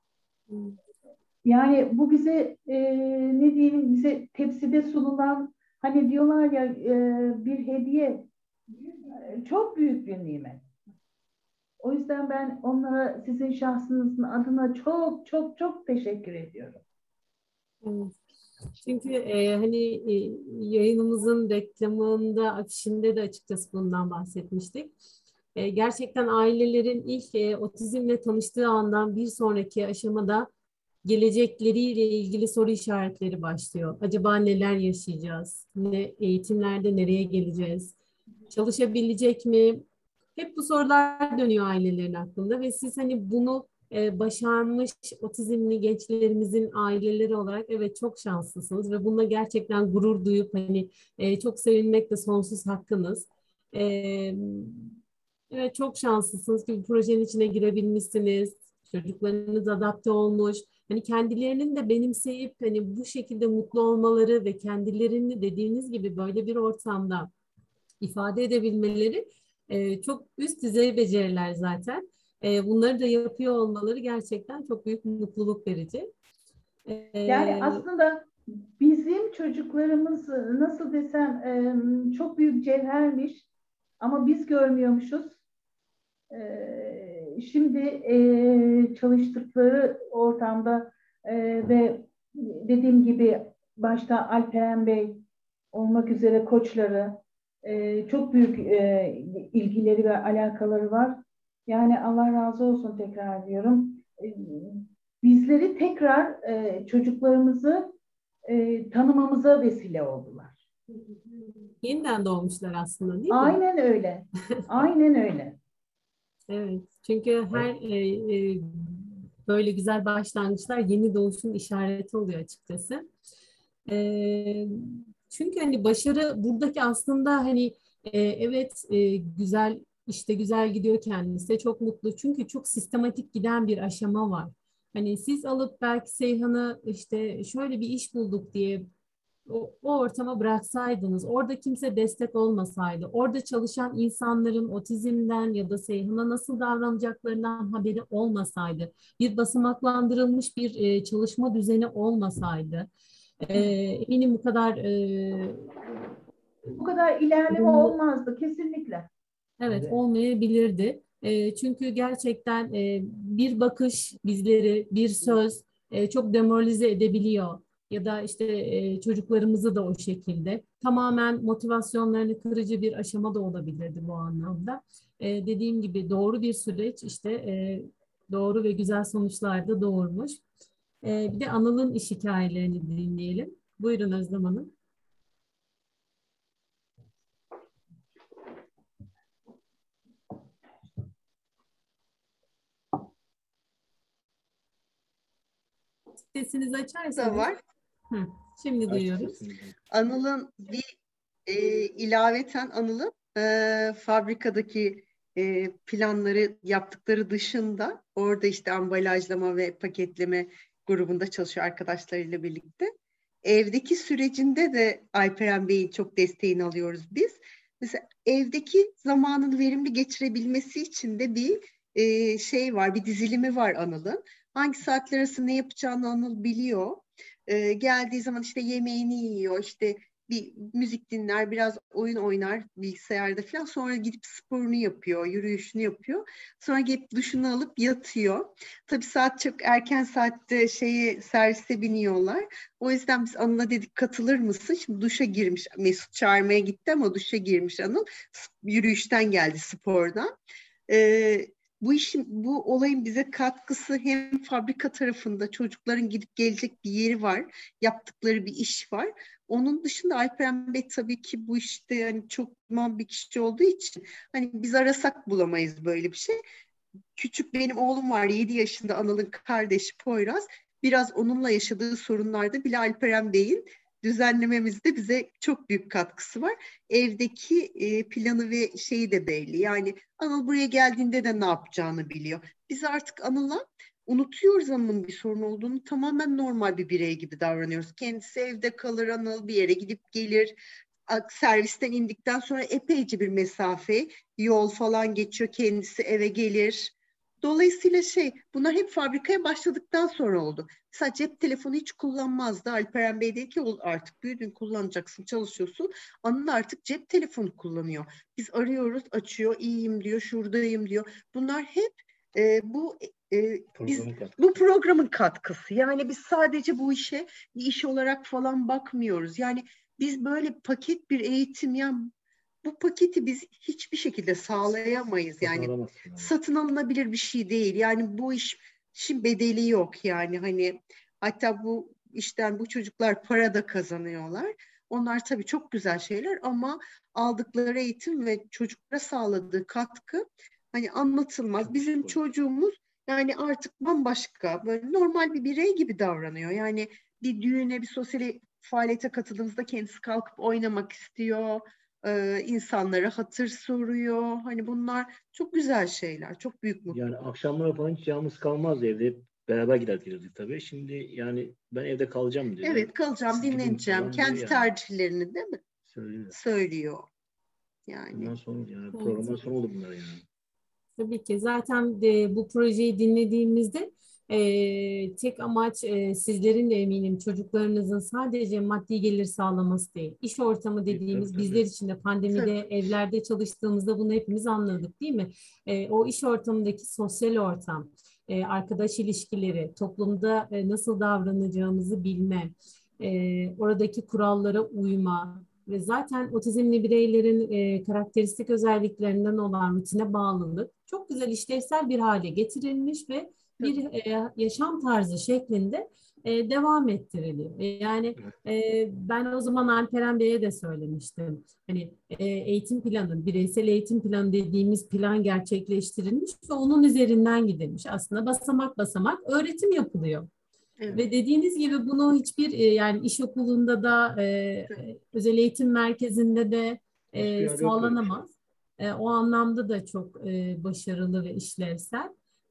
Yani bu bize e, ne diyelim bize tepside sunulan hani diyorlar ya e, bir hediye e, çok büyük bir nimet. O yüzden ben onlara sizin şahsınızın adına çok çok çok teşekkür ediyorum. Evet. Çünkü e, hani e, yayınımızın reklamında, afişinde de açıkçası bundan bahsetmiştik. E, gerçekten ailelerin ilk e, otizmle tanıştığı andan bir sonraki aşamada gelecekleriyle ilgili soru işaretleri başlıyor. Acaba neler yaşayacağız? Ne, eğitimlerde nereye geleceğiz? Çalışabilecek mi? Hep bu sorular dönüyor ailelerin aklında ve siz hani bunu e, başarmış otizmli gençlerimizin aileleri olarak evet çok şanslısınız ve bununla gerçekten gurur duyup hani e, çok sevinmek de sonsuz hakkınız. E, evet çok şanslısınız ki bu projenin içine girebilmişsiniz. Çocuklarınız adapte olmuş. Hani kendilerinin de benimseyip hani bu şekilde mutlu olmaları ve kendilerini dediğiniz gibi böyle bir ortamda ifade edebilmeleri e, çok üst düzey beceriler zaten. E, bunları da yapıyor olmaları gerçekten çok büyük mutluluk verici. Yani E, aslında bizim çocuklarımız nasıl desem e, çok büyük cevhermiş ama biz görmüyormuşuz. E, şimdi e, çalıştıkları ortamda e, ve dediğim gibi başta Alperen Bey olmak üzere koçları e, çok büyük e, ilgileri ve alakaları var. Yani Allah razı olsun tekrar diyorum. E, bizleri tekrar e, çocuklarımızı e, tanımamıza vesile oldular. yeniden doğmuşlar aslında değil mi? Aynen öyle. Aynen öyle. Evet. Çünkü her e, e, böyle güzel başlangıçlar yeni doğuşun işareti oluyor açıkçası. E, çünkü hani başarı buradaki aslında hani e, evet e, güzel işte güzel gidiyor kendisi çok mutlu çünkü çok sistematik giden bir aşama var. Hani siz alıp belki Seyhan'ı işte şöyle bir iş bulduk diye o, o ortama bıraksaydınız, orada kimse destek olmasaydı, orada çalışan insanların otizmden ya da Seyhan'a nasıl davranacaklarından haberi olmasaydı, bir basamaklandırılmış bir e, çalışma düzeni olmasaydı, e, eminim bu kadar e, Bu kadar ilerleme olumlu- olmazdı kesinlikle. Evet, olmayabilirdi. E, çünkü gerçekten e, bir bakış bizleri, bir söz e, çok demoralize edebiliyor. Ya da işte e, çocuklarımızı da o şekilde. Tamamen motivasyonlarını kırıcı bir aşama da olabilirdi bu anlamda. E, dediğim gibi doğru bir süreç işte e, doğru ve güzel sonuçlar da doğurmuş. E, bir de Anıl'ın iş hikayelerini dinleyelim. Buyurun Özlem Hanım. Sesinizi da açarsanız. var. Hı, şimdi duyuyoruz. Anıl'ın bir e, ilaveten Anıl'ın e, fabrikadaki e, planları yaptıkları dışında orada işte ambalajlama ve paketleme grubunda çalışıyor arkadaşlarıyla birlikte. Evdeki sürecinde de Alperen Bey'in çok desteğini alıyoruz biz. Mesela evdeki zamanını verimli geçirebilmesi için de bir e, şey var, bir dizilimi var Anıl'ın. Hangi saatler arası ne yapacağını Anıl biliyor. E, geldiği zaman işte yemeğini yiyor, işte bir müzik dinler, biraz oyun oynar bilgisayarda falan. Sonra gidip sporunu yapıyor, yürüyüşünü yapıyor. Sonra gelip duşunu alıp yatıyor. Tabii saat çok erken saatte şeyi servise biniyorlar. O yüzden biz Anıl'a dedik katılır mısın? Şimdi duşa girmiş. Mesut çağırmaya gitti ama duşa girmiş Anıl. Yürüyüşten geldi, spordan. Ee, bu işin, bu olayın bize katkısı hem fabrika tarafında çocukların gidip gelecek bir yeri var. Yaptıkları bir iş var. Onun dışında Alperen Bey tabii ki bu işte yani çok uzman bir kişi olduğu için hani biz arasak bulamayız böyle bir şey. Küçük benim oğlum var yedi yaşında, Anıl'ın kardeşi Poyraz. Biraz onunla yaşadığı sorunlarda bile Alperen Bey'in düzenlememizde bize çok büyük katkısı var. Evdeki e, planı ve şeyi de belli. Yani Anıl buraya geldiğinde de ne yapacağını biliyor. Biz artık Anıl'a unutuyoruz Anıl'ın bir sorun olduğunu. Tamamen normal bir birey gibi davranıyoruz. Kendisi evde kalır, Anıl bir yere gidip gelir. Servisten indikten sonra epeyce bir mesafe, yol falan geçiyor. Kendisi eve gelir. Dolayısıyla şey, bunlar hep fabrikaya başladıktan sonra oldu. Mesela cep telefonu hiç kullanmazdı. Alperen Bey dedi ki artık büyüdün, kullanacaksın, çalışıyorsun. Anıl artık cep telefonu kullanıyor. Biz arıyoruz, açıyor, iyiyim diyor, şuradayım diyor. Bunlar hep e, bu e, biz bu programın katkısı. Yani biz sadece bu işe bir iş olarak falan bakmıyoruz. Yani biz böyle paket bir eğitim, yani bu paketi biz hiçbir şekilde sağlayamayız. Yani yani. satın alınabilir bir şey değil. Yani bu iş işin bedeli yok yani, hani hatta bu işten bu çocuklar para da kazanıyorlar. Onlar tabii çok güzel şeyler ama aldıkları eğitim ve çocuklara sağladığı katkı hani anlatılmaz. Bizim çocuğumuz yani artık bambaşka, böyle normal bir birey gibi davranıyor. Yani bir düğüne, bir sosyal faaliyete katıldığımızda kendisi kalkıp oynamak istiyor. Ee, insanlara hatır soruyor. Hani bunlar çok güzel şeyler. Çok büyük mutluluk. Yani akşamları falan hiç yalnız kalmazdı evde. Hep beraber gider gelirdik tabii. Şimdi yani ben evde kalacağım diyor. Evet, kalacağım, Siz gidin dinleneceğim. falan Kendi diyor yani. tercihlerini değil mi? Söylüyor. Söylüyor. Yani. Bundan sonra yani Evet. programdan sonra oldu bunlar yani. Tabii ki zaten de, bu projeyi dinlediğimizde e, tek amaç e, sizlerin de eminim çocuklarınızın sadece maddi gelir sağlaması değil. İş ortamı dediğimiz Tabii, tabii. bizler için de pandemide Tabii. evlerde çalıştığımızda bunu hepimiz anladık değil mi? E, o iş ortamındaki sosyal ortam, e, arkadaş ilişkileri, toplumda e, nasıl davranacağımızı bilme, e, oradaki kurallara uyma, ve zaten otizmli bireylerin e, karakteristik özelliklerinden olan rutine bağlılık çok güzel işlevsel bir hale getirilmiş ve bir e, yaşam tarzı şeklinde e, devam ettiriliyor. Yani e, ben o zaman Alperen Bey'e de söylemiştim. Hani e, eğitim planı, bireysel eğitim planı dediğimiz plan gerçekleştirilmiş ve onun üzerinden gidilmiş. Aslında basamak basamak öğretim yapılıyor. Evet. Ve dediğiniz gibi bunu hiçbir e, yani iş okulunda da e, özel eğitim merkezinde de Hiçbir e, yerde yok böyle bir şey. sağlanamaz. E, o anlamda da çok e, başarılı ve işlevsel.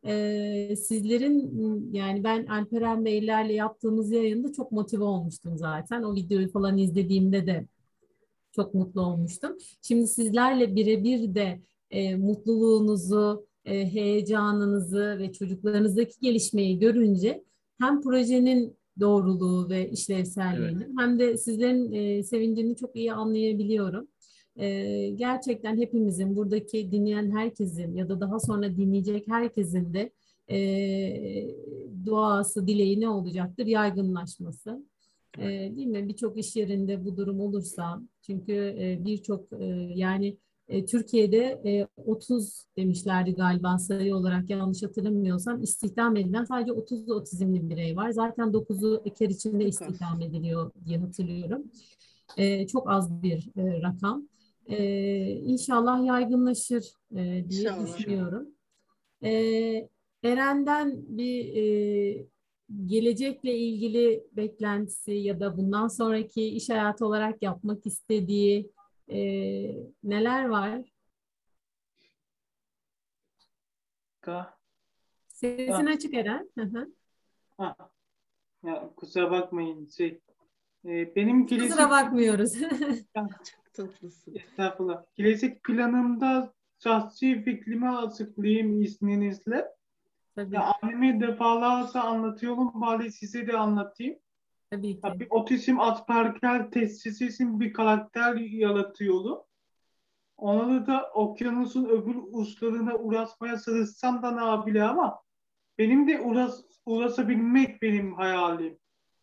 e, sizlerin yani ben Alperen Beylerle yaptığımız yayında çok motive olmuştum zaten. O videoyu falan izlediğimde de çok mutlu olmuştum. Şimdi sizlerle birebir de e, mutluluğunuzu, e, heyecanınızı ve çocuklarınızdaki gelişmeyi görünce hem projenin doğruluğu ve işlevselliğini Evet. hem de sizlerin e, sevincini çok iyi anlayabiliyorum. E, gerçekten hepimizin, buradaki dinleyen herkesin ya da daha sonra dinleyecek herkesin de e, duası, dileği ne olacaktır? Yaygınlaşması. E, değil mi? Birçok iş yerinde bu durum olursa, çünkü e, birçok e, yani e, Türkiye'de e, otuz demişlerdi galiba sayı olarak yanlış hatırlamıyorsam istihdam edilen sadece otuz otizmli birey var. Zaten dokuzu Eker içinde Çok az. istihdam ediliyor diye hatırlıyorum. E, çok az bir e, rakam. E, İnşallah yaygınlaşır e, diye İnşallah. düşünüyorum. E, Eren'den bir e, gelecekle ilgili beklentisi ya da bundan sonraki iş hayatı olarak yapmak istediği e, neler var? Ka- Sesin Ha, açık Eren. Hı hı. ha. Ya kusura bakmayın şey. e, benim Kusura gelecek bakmıyoruz. Çok tatlısın. Estağfurullah. Gelecek planımda şahsi fikrimi açıklayayım izninizle. Tabii Ya ki. anneme defalarca anlatıyorum, bari size de anlatayım. Tabii Ya ki. bir otizm Asperger testisi için bir karakter yaratıyorum. Onu da okyanusun öbür uçlarına uğraşmaya çalışsam da ne yapabilir ama benim de uğraş, uğraşabilmek benim hayalim.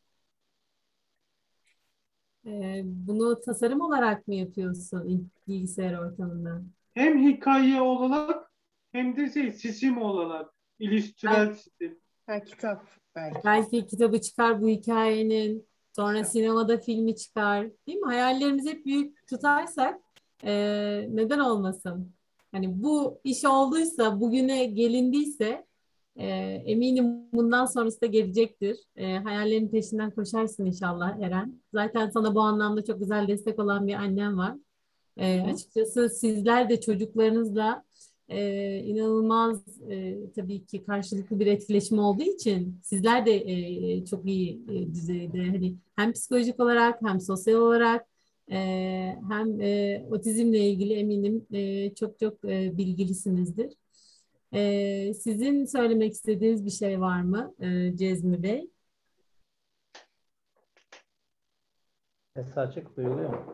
E, bunu tasarım olarak mı yapıyorsun bilgisayar ortamında? Hem hikaye olarak hem de şey, çizim olarak. İllüstrasyon çizim. Ha, kitap belki. Belki kitabı çıkar bu hikayenin, sonra İşte. sinemada filmi çıkar, değil mi? Hayallerimizi hep büyük tutarsak e, neden olmasın? Hani bu iş olduysa, bugüne gelindiyse e, eminim bundan sonrası da gelecektir. E, hayallerin peşinden koşarsın inşallah Eren. Zaten sana bu anlamda çok güzel destek olan bir annem var. E, Hı. açıkçası sizler de çocuklarınızla e, inanılmaz e, tabii ki karşılıklı bir etkileşim olduğu için sizler de e, çok iyi e, düzeyde hani hem psikolojik olarak hem sosyal olarak e, hem e, otizmle ilgili eminim e, çok çok e, bilgilisinizdir. E, sizin söylemek istediğiniz bir şey var mı e, Cezmi Bey? Ses açık duyuluyor mu?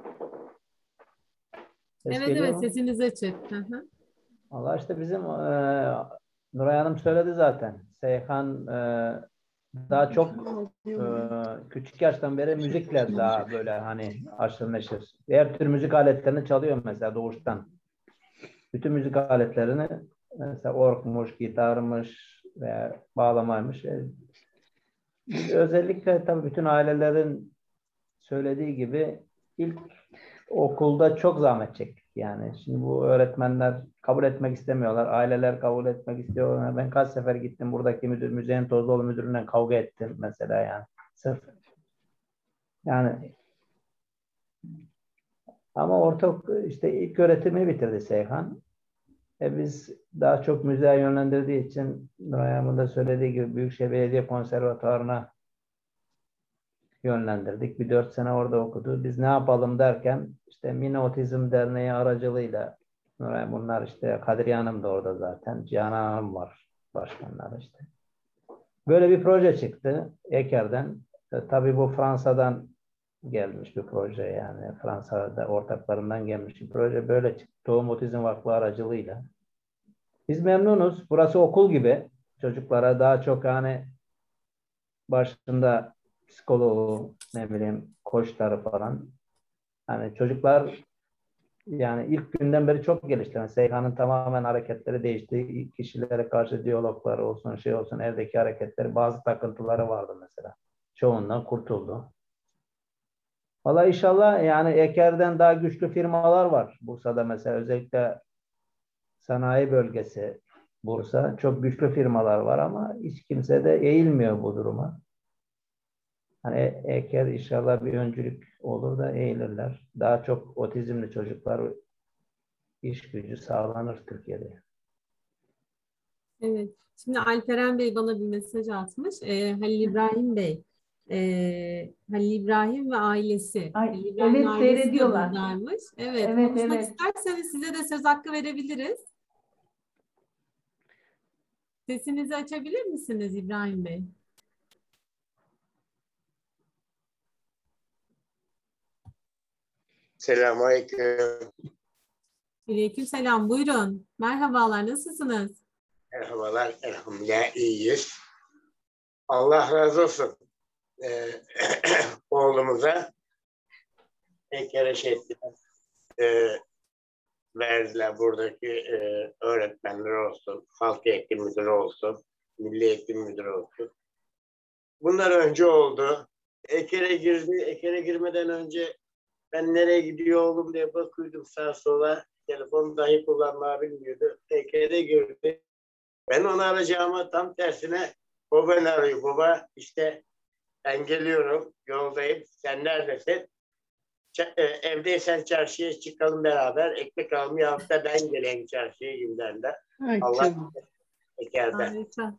Ses Evet geliyor evet mu? sesiniz açık. Hı hı. Valla işte bizim e, Nuray Hanım söyledi zaten. Seyhan e, daha çok e, küçük yaştan beri müzikle daha böyle hani aşırı neşir. Her tür müzik aletlerini çalıyor mesela doğuştan. Bütün müzik aletlerini mesela orgmuş, gitarmış veya bağlamaymış. E, biz özellikle tabii bütün ailelerin söylediği gibi ilk okulda çok zahmet çektik yani. Şimdi bu öğretmenler kabul etmek istemiyorlar. Aileler kabul etmek istiyorlar. Ben kaç sefer gittim buradaki müdür, müzeyin Tozluoğlu müdüründen kavga ettim mesela yani. Sırf yani ama orta işte ilk öğretimi bitirdi Seyhan. E biz daha çok müzeye yönlendirdiği için Nuray Hanım'ın da söylediği gibi Büyükşehir Belediye Konservatuvarı'na yönlendirdik. Bir dört sene orada okudu. Biz ne yapalım derken işte Mini Otizm Derneği aracılığıyla bunlar işte Kadriye Hanım da orada zaten. Cihan Hanım var başkanlar işte. Böyle bir proje çıktı Eker'den. E, tabii bu Fransa'dan gelmiş bir proje yani. Fransa'da ortaklarından gelmiş bir proje. Böyle çıktı. Tohum Otizm Vakfı aracılığıyla. Biz memnunuz. Burası okul gibi. Çocuklara daha çok hani başında psikoloğu, ne bileyim koçları falan. Hani çocuklar yani ilk günden beri çok gelişti. Yani Seyhan'ın tamamen hareketleri değişti. Kişilere karşı diyalogları olsun, şey olsun, evdeki hareketleri, bazı takıntıları vardı mesela. Çoğundan kurtuldu. Valla inşallah yani Eker'den daha güçlü firmalar var. Bursa'da mesela özellikle sanayi bölgesi Bursa. Çok güçlü firmalar var ama hiç kimse de eğilmiyor bu duruma. Hani Eker inşallah bir öncülük olur da eğilirler. Daha çok otizmli çocuklar iş gücü sağlanır Türkiye'de. Evet. Şimdi Alperen Bey bana bir mesaj atmış. Ee, Halil İbrahim Bey. Ee, Halil İbrahim ve ailesi. Ay, Halil İbrahim'in evet, ailesi de seyrediyorlar. buradaymış. Evet. Evet, Konuşmak evet. isterseniz size de söz hakkı verebiliriz. Sesinizi açabilir misiniz İbrahim Bey? Selamünaleyküm. Aleykümselam. Buyurun. Merhabalar. Nasılsınız? Merhabalar. Elhamdülillah iyiyiz. Allah razı olsun. Ee, oğlumuza bir kere şey ettiler. Ee, verdiler buradaki e, öğretmenler olsun, halk eğitim müdürü olsun, milli eğitim müdürü olsun. Bunlar önce oldu. Eker'e girdi. Eker'e girmeden önce ben nereye gidiyor oğlum diye bakıyordum sağa sola. Telefonu dahi kullanmayı bilmiyordu. Eker'e girdi. Ben onu arayacağıma tam tersine o beni arıyor. Baba işte ben geliyorum, yoldayım. Sen neredesin? Ç- e, evdeysen çarşıya çıkalım beraber. Ekmek almaya hafta ben geleyim çarşıya gibinden de. Ay Allah canım. Eker'den. Harika.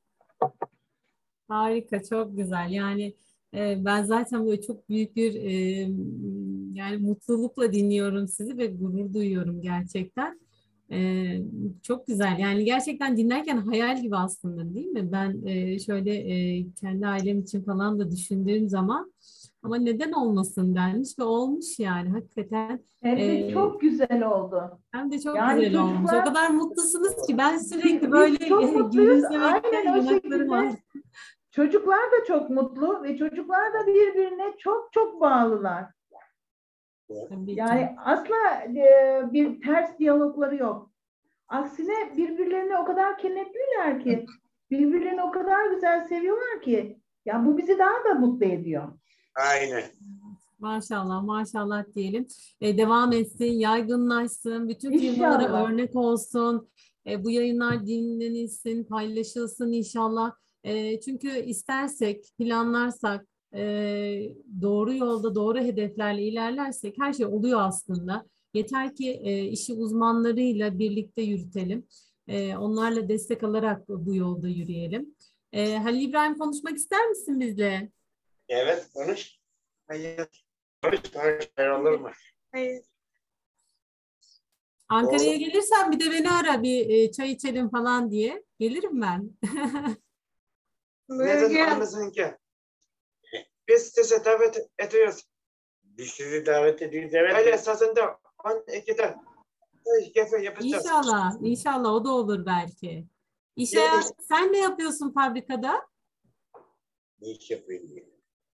Harika, çok güzel. Yani e, ben zaten böyle çok büyük bir e, yani mutlulukla dinliyorum sizi ve gurur duyuyorum gerçekten. E, çok güzel. Yani gerçekten dinlerken hayal gibi aslında, değil mi? Ben e, şöyle e, kendi ailem için falan da düşündüğüm zaman ama neden olmasın denmiş ve olmuş yani hakikaten. Hem de E, çok güzel oldu. Hem de çok Yani güzel olmuş. O çocuklar, kadar mutlusunuz ki ben sürekli biz, böyle biz çok e, mutluyuz. gülümsemekten Aynen o yanaklarım ağrıyor. şekilde. Çocuklar da çok mutlu ve çocuklar da birbirine çok çok bağlılar. Tabii ki. Yani asla e, bir ters diyalogları yok. Aksine birbirlerini o kadar kenetliler ki, birbirlerini o kadar güzel seviyorlar ki, ya bu bizi daha da mutlu ediyor. Aynen. Maşallah, maşallah diyelim. E, devam etsin, yaygınlaşsın, bütün firmalara İnşallah. örnek olsun. E, bu yayınlar dinlenilsin, paylaşılsın inşallah. E, çünkü istersek, planlarsak, e, doğru yolda, doğru hedeflerle ilerlersek her şey oluyor aslında. Yeter ki e, işi uzmanlarıyla birlikte yürütelim. E, onlarla destek alarak bu yolda yürüyelim. E, Halil İbrahim, konuşmak ister misin bizle? Evet konuş. Hayır. Konuş konuş. Ben olur mu? Hayır. Ankara'ya Oğlum. gelirsen bir de beni ara, bir e, çay içelim falan diye. Gelirim ben. Neden anlasın ki? Biz sizi davet ediyoruz. Biz sizi davet ediyoruz. Evet. Öyle esasında on ikide kefe yapacağız. İnşallah, inşallah o da olur belki. İşe, Yani- sen ne yapıyorsun fabrikada? Ne iş yapayım diye.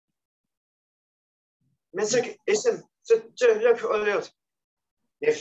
Meslek isim sütçülük oluyor. Ne?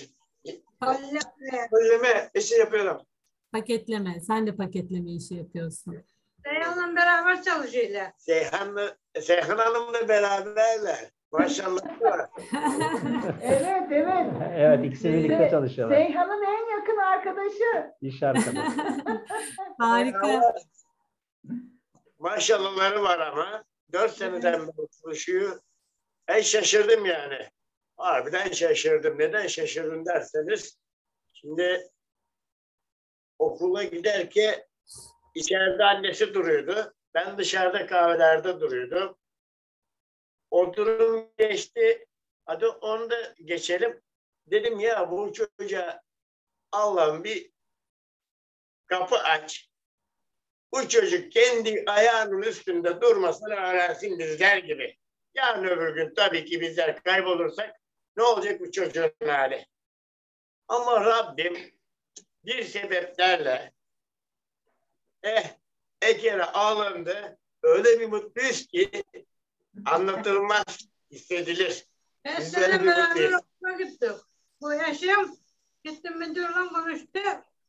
Söyleme işi yapıyorum. Paketleme. Sen de paketleme işi yapıyorsun. Seyhan'la beraber çalışıyorlar. Seyhan'la, Seyhan Hanım'la beraberler. Maşallah var. Evet, evet. Evet, ikisi birlikte Se- çalışıyorlar. Seyhan'ın en yakın arkadaşı. İş arkadaşı. Harika. Maşallahları var ama. Dört seneden beri çalışıyor. Ben şaşırdım yani. Harbiden şaşırdım. Neden şaşırdım derseniz. Şimdi okula giderken içeride annesi duruyordu. Ben dışarıda kahvelerde duruyordum. O durum geçti. Hadi onu da geçelim. Dedim ya bu çocuğa Allah'ım bir kapı aç. Bu çocuk kendi ayağının üstünde durmasını öğrensin bizler gibi. Yarın öbür gün tabii ki bizler kaybolursak ne olacak bu çocuğun hali? Ama Rabbim bir sebeplerle eh Eker'e alındı. Öyle bir mutluyuz ki anlatılmaz, hissedilir. Ben Bizler seninle bir beraber mutluyuz. okula gittik. Bu yaşım gittim müdürle konuştu.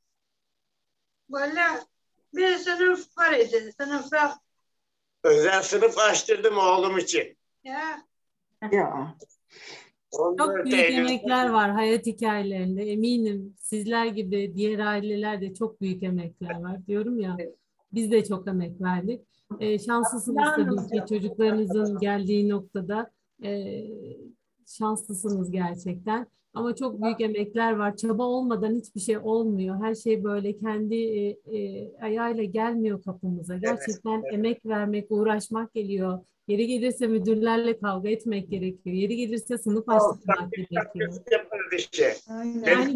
Böyle bir sınıf var idi. Sınıfta Özel sınıf açtırdım oğlum için. ya Ya. Çok büyük emekler var hayat hikayelerinde. Eminim sizler gibi diğer aileler de çok büyük emekler var. Diyorum ya, biz de çok emek verdik. Ee, şanslısınız tabii ki çocuklarınızın geldiği noktada. E, şanslısınız gerçekten. Ama çok büyük emekler var. Çaba olmadan hiçbir şey olmuyor. Her şey böyle kendi e, e, ayağıyla gelmiyor kapımıza. Gerçekten emek vermek, uğraşmak geliyor. Yeri gelirse müdürlerle kavga etmek gerekiyor. Yeri gelirse sınıf açtırmak gerekiyor. Yaparız işte. Yani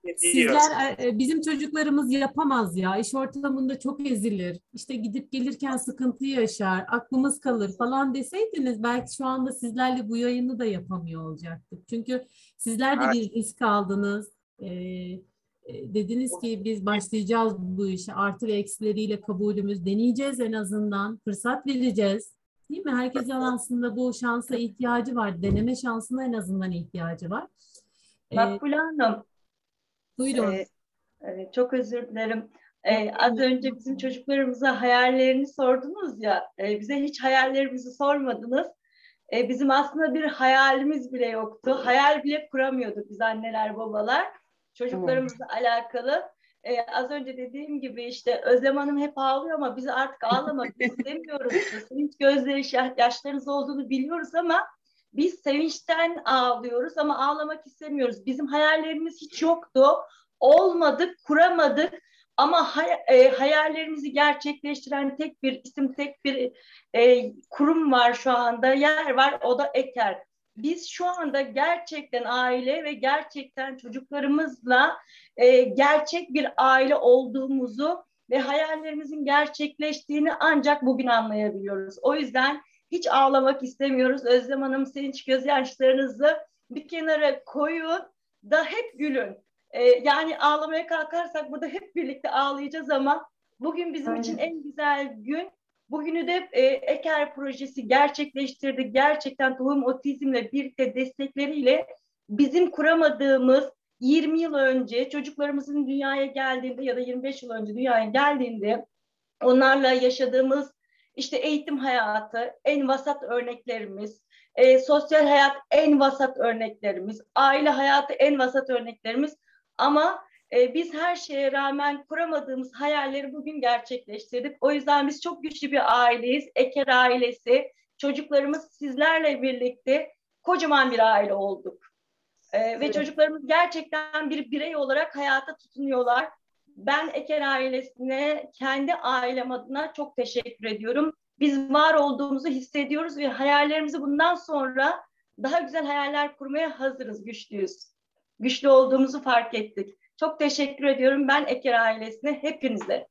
sizler, e, bizim çocuklarımız yapamaz ya. İş ortamında çok ezilir. İşte gidip gelirken sıkıntı yaşar, aklımız kalır falan deseydiniz belki şu anda sizlerle bu yayını da yapamıyor olacaktık. Çünkü sizler de bir risk aldınız. Ee, e, dediniz ki biz başlayacağız bu işe. Artı ve eksileriyle kabulümüz, deneyeceğiz en azından. Fırsat vereceğiz. Değil mi? Herkesin aslında bu şansa ihtiyacı var. Deneme şansına en azından ihtiyacı var. Ee, Makbule Hanım. Buyurun. Ee, evet, çok özür dilerim. Ee, az önce bizim çocuklarımıza hayallerini sordunuz ya, e, bize hiç hayallerimizi sormadınız. E, bizim aslında bir hayalimiz bile yoktu. Hayal bile kuramıyorduk biz anneler, babalar. Çocuklarımızla alakalı. E, az önce dediğim gibi işte Özlem Hanım hep ağlıyor ama biz artık ağlamak istemiyoruz. Sevinç gözleri, yaşlarınız olduğunu biliyoruz ama biz sevinçten ağlıyoruz ama ağlamak istemiyoruz. Bizim hayallerimiz hiç yoktu. Olmadık, kuramadık. Ama hay e, hayallerimizi gerçekleştiren tek bir isim, tek bir e, kurum var şu anda, yer var, o da Eker. Biz şu anda gerçekten aile ve gerçekten çocuklarımızla e, gerçek bir aile olduğumuzu ve hayallerimizin gerçekleştiğini ancak bugün anlayabiliyoruz. O yüzden hiç ağlamak istemiyoruz. Özlem Hanım, sevinç gözyaşlarınızı bir kenara koyun da hep gülün. Ee, yani ağlamaya kalkarsak burada hep birlikte ağlayacağız ama bugün bizim Aynen. için en güzel gün. Bugünü de e, Eker projesi gerçekleştirdik. Gerçekten Tohum Otizm'le birlikte destekleriyle bizim kuramadığımız yirmi yıl önce çocuklarımızın dünyaya geldiğinde ya da yirmi beş yıl önce dünyaya geldiğinde onlarla yaşadığımız işte eğitim hayatı en vasat örneklerimiz, e, sosyal hayat en vasat örneklerimiz, aile hayatı en vasat örneklerimiz. Ama e, biz her şeye rağmen kuramadığımız hayalleri bugün gerçekleştirdik. O yüzden biz çok güçlü bir aileyiz. Eker ailesi, çocuklarımız sizlerle birlikte kocaman bir aile olduk. E, evet. Ve çocuklarımız gerçekten bir birey olarak hayata tutunuyorlar. Ben Eker ailesine, kendi ailem adına çok teşekkür ediyorum. Biz var olduğumuzu hissediyoruz ve hayallerimizi bundan sonra daha güzel hayaller kurmaya hazırız, güçlüyüz. Güçlü olduğumuzu fark ettik. Çok teşekkür ediyorum ben Eker ailesine, hepinize.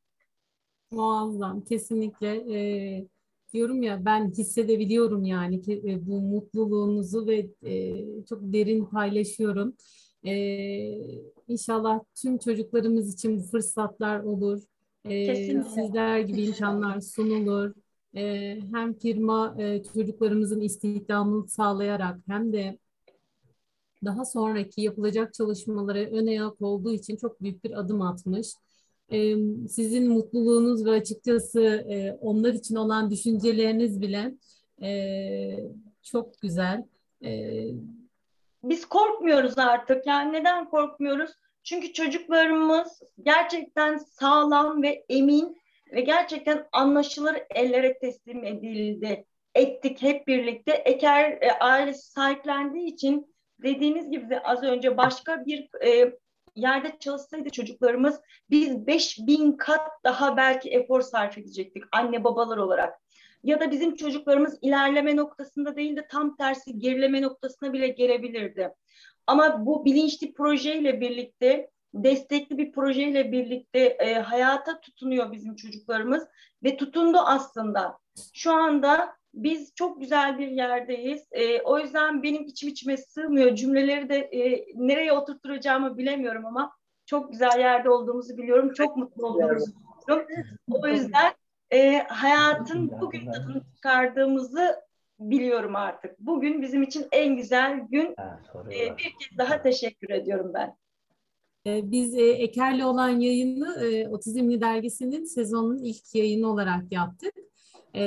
Muazzam, kesinlikle. Ee, diyorum ya, ben hissedebiliyorum yani ki e, bu mutluluğunuzu ve e, çok derin paylaşıyorum. Ee, İnşallah tüm çocuklarımız için bu fırsatlar olur. Ee, sizler gibi imkanlar sunulur. Ee, hem firma e, çocuklarımızın istihdamını sağlayarak hem de daha sonraki yapılacak çalışmalara ön ayak olduğu için çok büyük bir adım atmış. Ee, sizin mutluluğunuz ve açıkçası e, onlar için olan düşünceleriniz bile e, çok güzel. E, Biz korkmuyoruz artık. Yani neden korkmuyoruz? Çünkü çocuklarımız gerçekten sağlam ve emin ve gerçekten anlaşılır ellere teslim edildi. Ettik hep birlikte. Eker e, ailesi sahiplendiği için dediğiniz gibi de az önce başka bir e, yerde çalışsaydı çocuklarımız biz beş bin kat daha belki efor sarf edecektik anne babalar olarak. Ya da bizim çocuklarımız ilerleme noktasında değil de tam tersi gerileme noktasına bile gelebilirdi. Ama bu bilinçli projeyle birlikte, destekli bir projeyle birlikte e, hayata tutunuyor bizim çocuklarımız ve tutundu aslında. Şu anda biz çok güzel bir yerdeyiz. E, o yüzden benim içim içime sığmıyor. Cümleleri de e, nereye oturtturacağımı bilemiyorum ama çok güzel yerde olduğumuzu biliyorum. Çok mutlu olduğumuzu biliyorum. O yüzden e, hayatın bugün tadını çıkardığımızı biliyorum artık. Bugün bizim için en güzel gün. E, bir kez daha teşekkür ediyorum ben. Biz e, Eker'le olan yayını e, Otizmli Dergisi'nin sezonun ilk yayını olarak yaptık. E,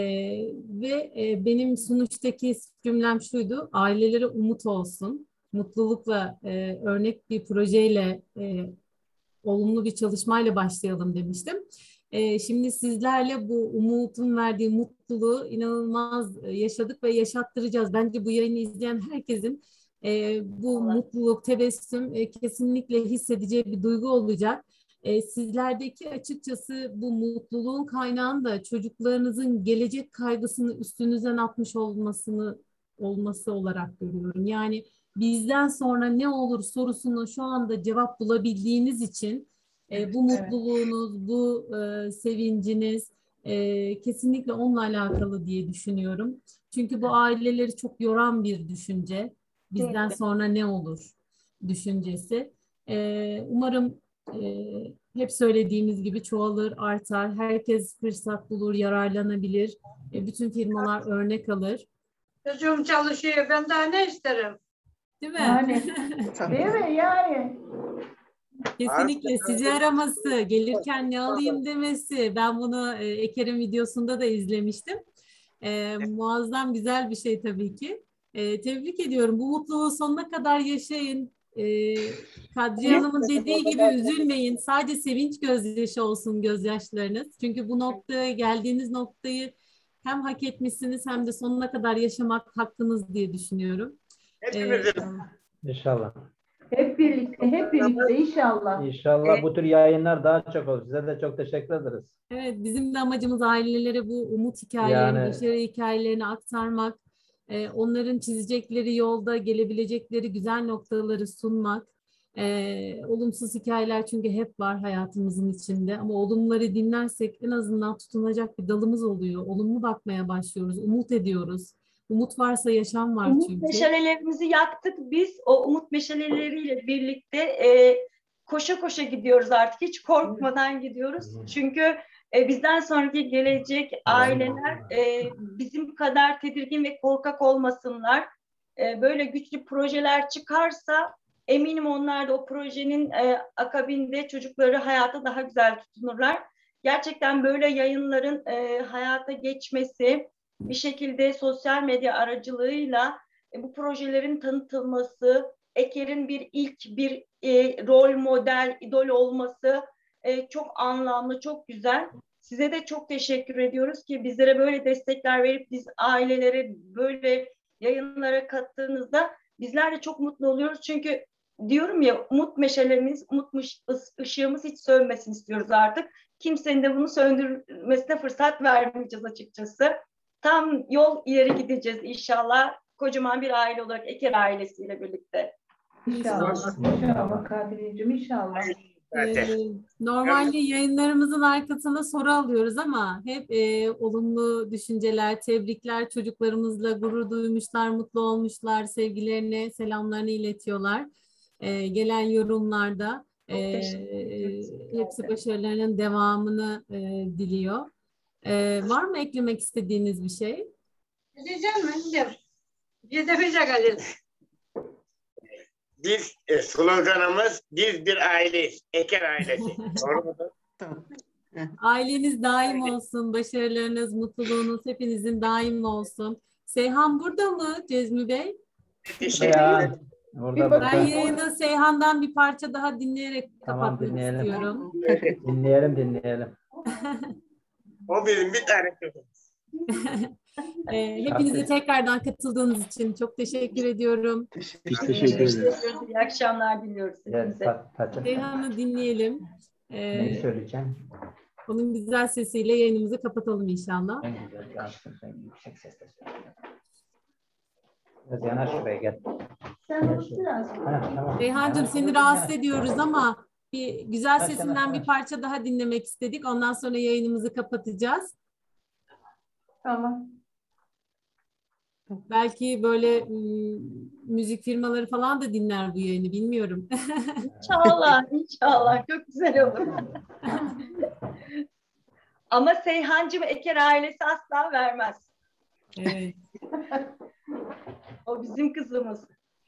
ve e, benim sunuştaki cümlem şuydu: ailelere umut olsun, mutlulukla e, örnek bir projeyle, e, olumlu bir çalışmayla başlayalım demiştim. E, şimdi sizlerle bu umutun verdiği mutluluğu inanılmaz yaşadık ve yaşattıracağız. Bence bu yayını izleyen herkesin e, bu mutluluk, tebessüm e, kesinlikle hissedeceği bir duygu olacak. E, sizlerdeki açıkçası bu mutluluğun kaynağını da çocuklarınızın gelecek kaygısını üstünüzden atmış olmasını olması olarak görüyorum. Yani bizden sonra ne olur sorusunu şu anda cevap bulabildiğiniz için e, bu mutluluğunuz, bu e, sevinciniz e, kesinlikle onunla alakalı diye düşünüyorum. Çünkü bu aileleri çok yoran bir düşünce. Bizden sonra ne olur düşüncesi. E, umarım e, hep söylediğimiz gibi çoğalır, artar. Herkes fırsat bulur, yararlanabilir. E, bütün firmalar örnek alır. Çocuğum çalışıyor. Ben daha ne isterim? Değil mi? Yani, değil mi? Yani. Kesinlikle sizi araması, gelirken ne alayım demesi. Ben bunu e, Eker'in videosunda da izlemiştim. E, muazzam güzel bir şey tabii ki. E, tebrik ediyorum. Bu mutluluğu sonuna kadar yaşayın. E, Kadriye Hanım'ın dediği gibi üzülmeyin. Sadece sevinç gözyaşı olsun gözyaşlarınız. Çünkü bu noktaya geldiğiniz noktayı hem hak etmişsiniz hem de sonuna kadar yaşamak hakkınız diye düşünüyorum. Hepimizin. E, İnşallah. Hep birlikte, hep birlikte inşallah. İnşallah bu tür yayınlar daha çok olur. Size de çok teşekkür ederiz. Evet, bizim de amacımız ailelere bu umut hikayelerini, Yani- başarı hikayelerini aktarmak, e, onların çizecekleri yolda gelebilecekleri güzel noktaları sunmak. E, olumsuz hikayeler çünkü hep var hayatımızın içinde ama olumları dinlersek en azından tutunacak bir dalımız oluyor. Olumlu bakmaya başlıyoruz, umut ediyoruz. Umut varsa yaşam var Umut çünkü. meşalelerimizi yaktık biz. O umut meşaleleriyle birlikte e, koşa koşa gidiyoruz artık. Hiç korkmadan gidiyoruz. Çünkü e, bizden sonraki gelecek aileler e, bizim kadar tedirgin ve korkak olmasınlar. E, böyle güçlü projeler çıkarsa eminim onlar da o projenin e, akabinde çocukları hayata daha güzel tutunurlar. Gerçekten böyle yayınların e, hayata geçmesi, bir şekilde sosyal medya aracılığıyla e, bu projelerin tanıtılması, Eker'in bir ilk bir e, rol model, idol olması e, çok anlamlı, çok güzel. Size de çok teşekkür ediyoruz ki bizlere böyle destekler verip biz ailelere böyle yayınlara kattığınızda bizler de çok mutlu oluyoruz. Çünkü diyorum ya umut meşalemiz, umut ışığımız hiç sönmesin istiyoruz artık. Kimsenin de bunu söndürmesine fırsat vermeyeceğiz açıkçası. Tam yol ileri gideceğiz inşallah. Kocaman bir aile olarak Eker ailesiyle birlikte. İnşallah. İnşallah Kadir'cim inşallah. Ee, normalde yayınlarımızın arkasında soru alıyoruz ama hep e, olumlu düşünceler, tebrikler, çocuklarımızla gurur duymuşlar, mutlu olmuşlar, sevgilerini, selamlarını iletiyorlar. Ee, gelen yorumlarda e, hepsi başarılarının devamını e, diliyor. Ee, var mı eklemek istediğiniz bir şey? Diyeceğim mi? Diyeceğim. Gidemeyecek Ali. Biz e, sloganımız biz bir aileyiz. Eker ailesi. Doğru mu? Tamam. Aileniz daim olsun, başarılarınız, mutluluğunuz hepinizin daim olsun. Seyhan burada mı Cezmi Bey? Teşekkür Ya, ederim. burada Ben burada. yayını Seyhan'dan bir parça daha dinleyerek Tamam, kapatmak dinleyelim. istiyorum. Dinleyelim dinleyelim. O bizim bir tane kızımız. Ee, hepinize tekrardan katıldığınız için çok teşekkür ediyorum. Biz teşekkür ederiz. İyi akşamlar diliyoruz Evet, hepinize. Pat- Pat- Seyhan'ı dinleyelim. Neyi Ee, söyleyeceğim? onun güzel sesiyle yayınımızı kapatalım inşallah. En güzel yansın, sen yüksek sesle söyle. Biraz yanaş şuraya gel. Sen onu biraz. Ha, tamam. Seyhan'cığım seni rahatsız ediyoruz ama bir güzel Yanaş, sesinden yanaş, bir yanaş. parça daha dinlemek istedik. Ondan sonra yayınımızı kapatacağız. Tamam. Belki böyle ım, müzik firmaları falan da dinler bu yayını bilmiyorum. İnşallah, inşallah. Çok güzel olur. Ama Seyhancığım Eker ailesi asla vermez. Evet. O bizim kızımız.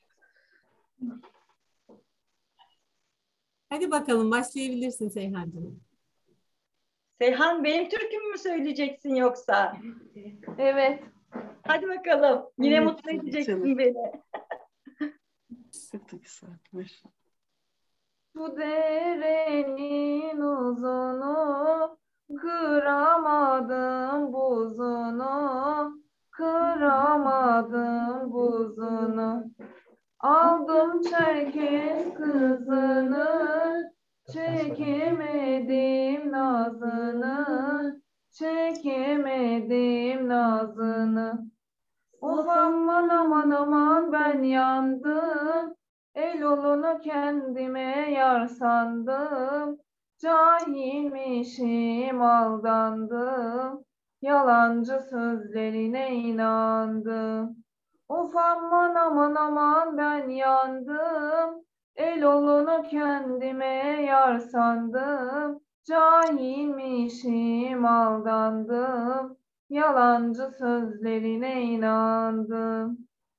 Hadi bakalım başlayabilirsin Seyhancığım. Seyhan benim türkümü mü söyleyeceksin yoksa? Evet. Hadi bakalım. Yine Evet, mutlu edeceksin canım. beni. Çok da güzel. Maşallah. Bu derenin uzunu, kıramadım buzunu, kıramadım buzunu. Aldım çerkez kızını, çekemedim nazını, çekemedim nazını. Of aman aman aman ben yandım, el olunu kendime yar sandım. Cahilmişim, aldandım, yalancı sözlerine inandım. Of aman aman aman ben yandım, el olunu kendime yar sandım. Cahilmişim, aldandım, yalancı sözlerine inandım.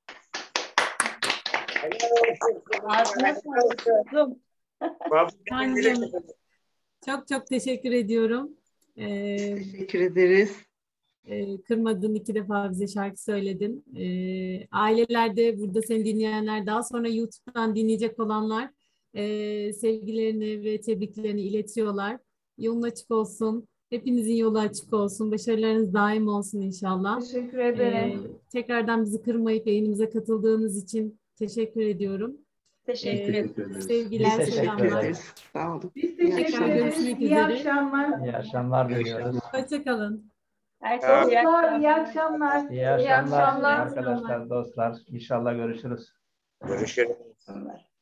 Ağzına sağlık kızım. Kancığım, çok çok teşekkür ediyorum. Ee, Teşekkür ederiz. e, kırmadın, iki defa bize şarkı söyledin. Ee, ailelerde, burada seni dinleyenler, daha sonra YouTube'dan dinleyecek olanlar e, sevgilerini ve tebriklerini iletiyorlar. Yolun açık olsun. Hepinizin yolu açık olsun. Başarılarınız daim olsun inşallah. Teşekkür ederim. Ee, tekrardan bizi kırmayıp yayınımıza katıldığınız için teşekkür ediyorum. Teşekkür Ee, ederim. sevgiler, Biz teşekkür selamlar. ederiz. Sağ olun. Biz İyi teşekkür akşamlar. ederiz. Görüşmek İyi üzere. akşamlar. İyi akşamlar diliyoruz. Hoşçakalın. Herkese iyi Dostlar iyi akşamlar. akşamlar. İyi akşamlar akşamlar. arkadaşlar, dostlar. İnşallah görüşürüz. Görüşürüz. akşamlar.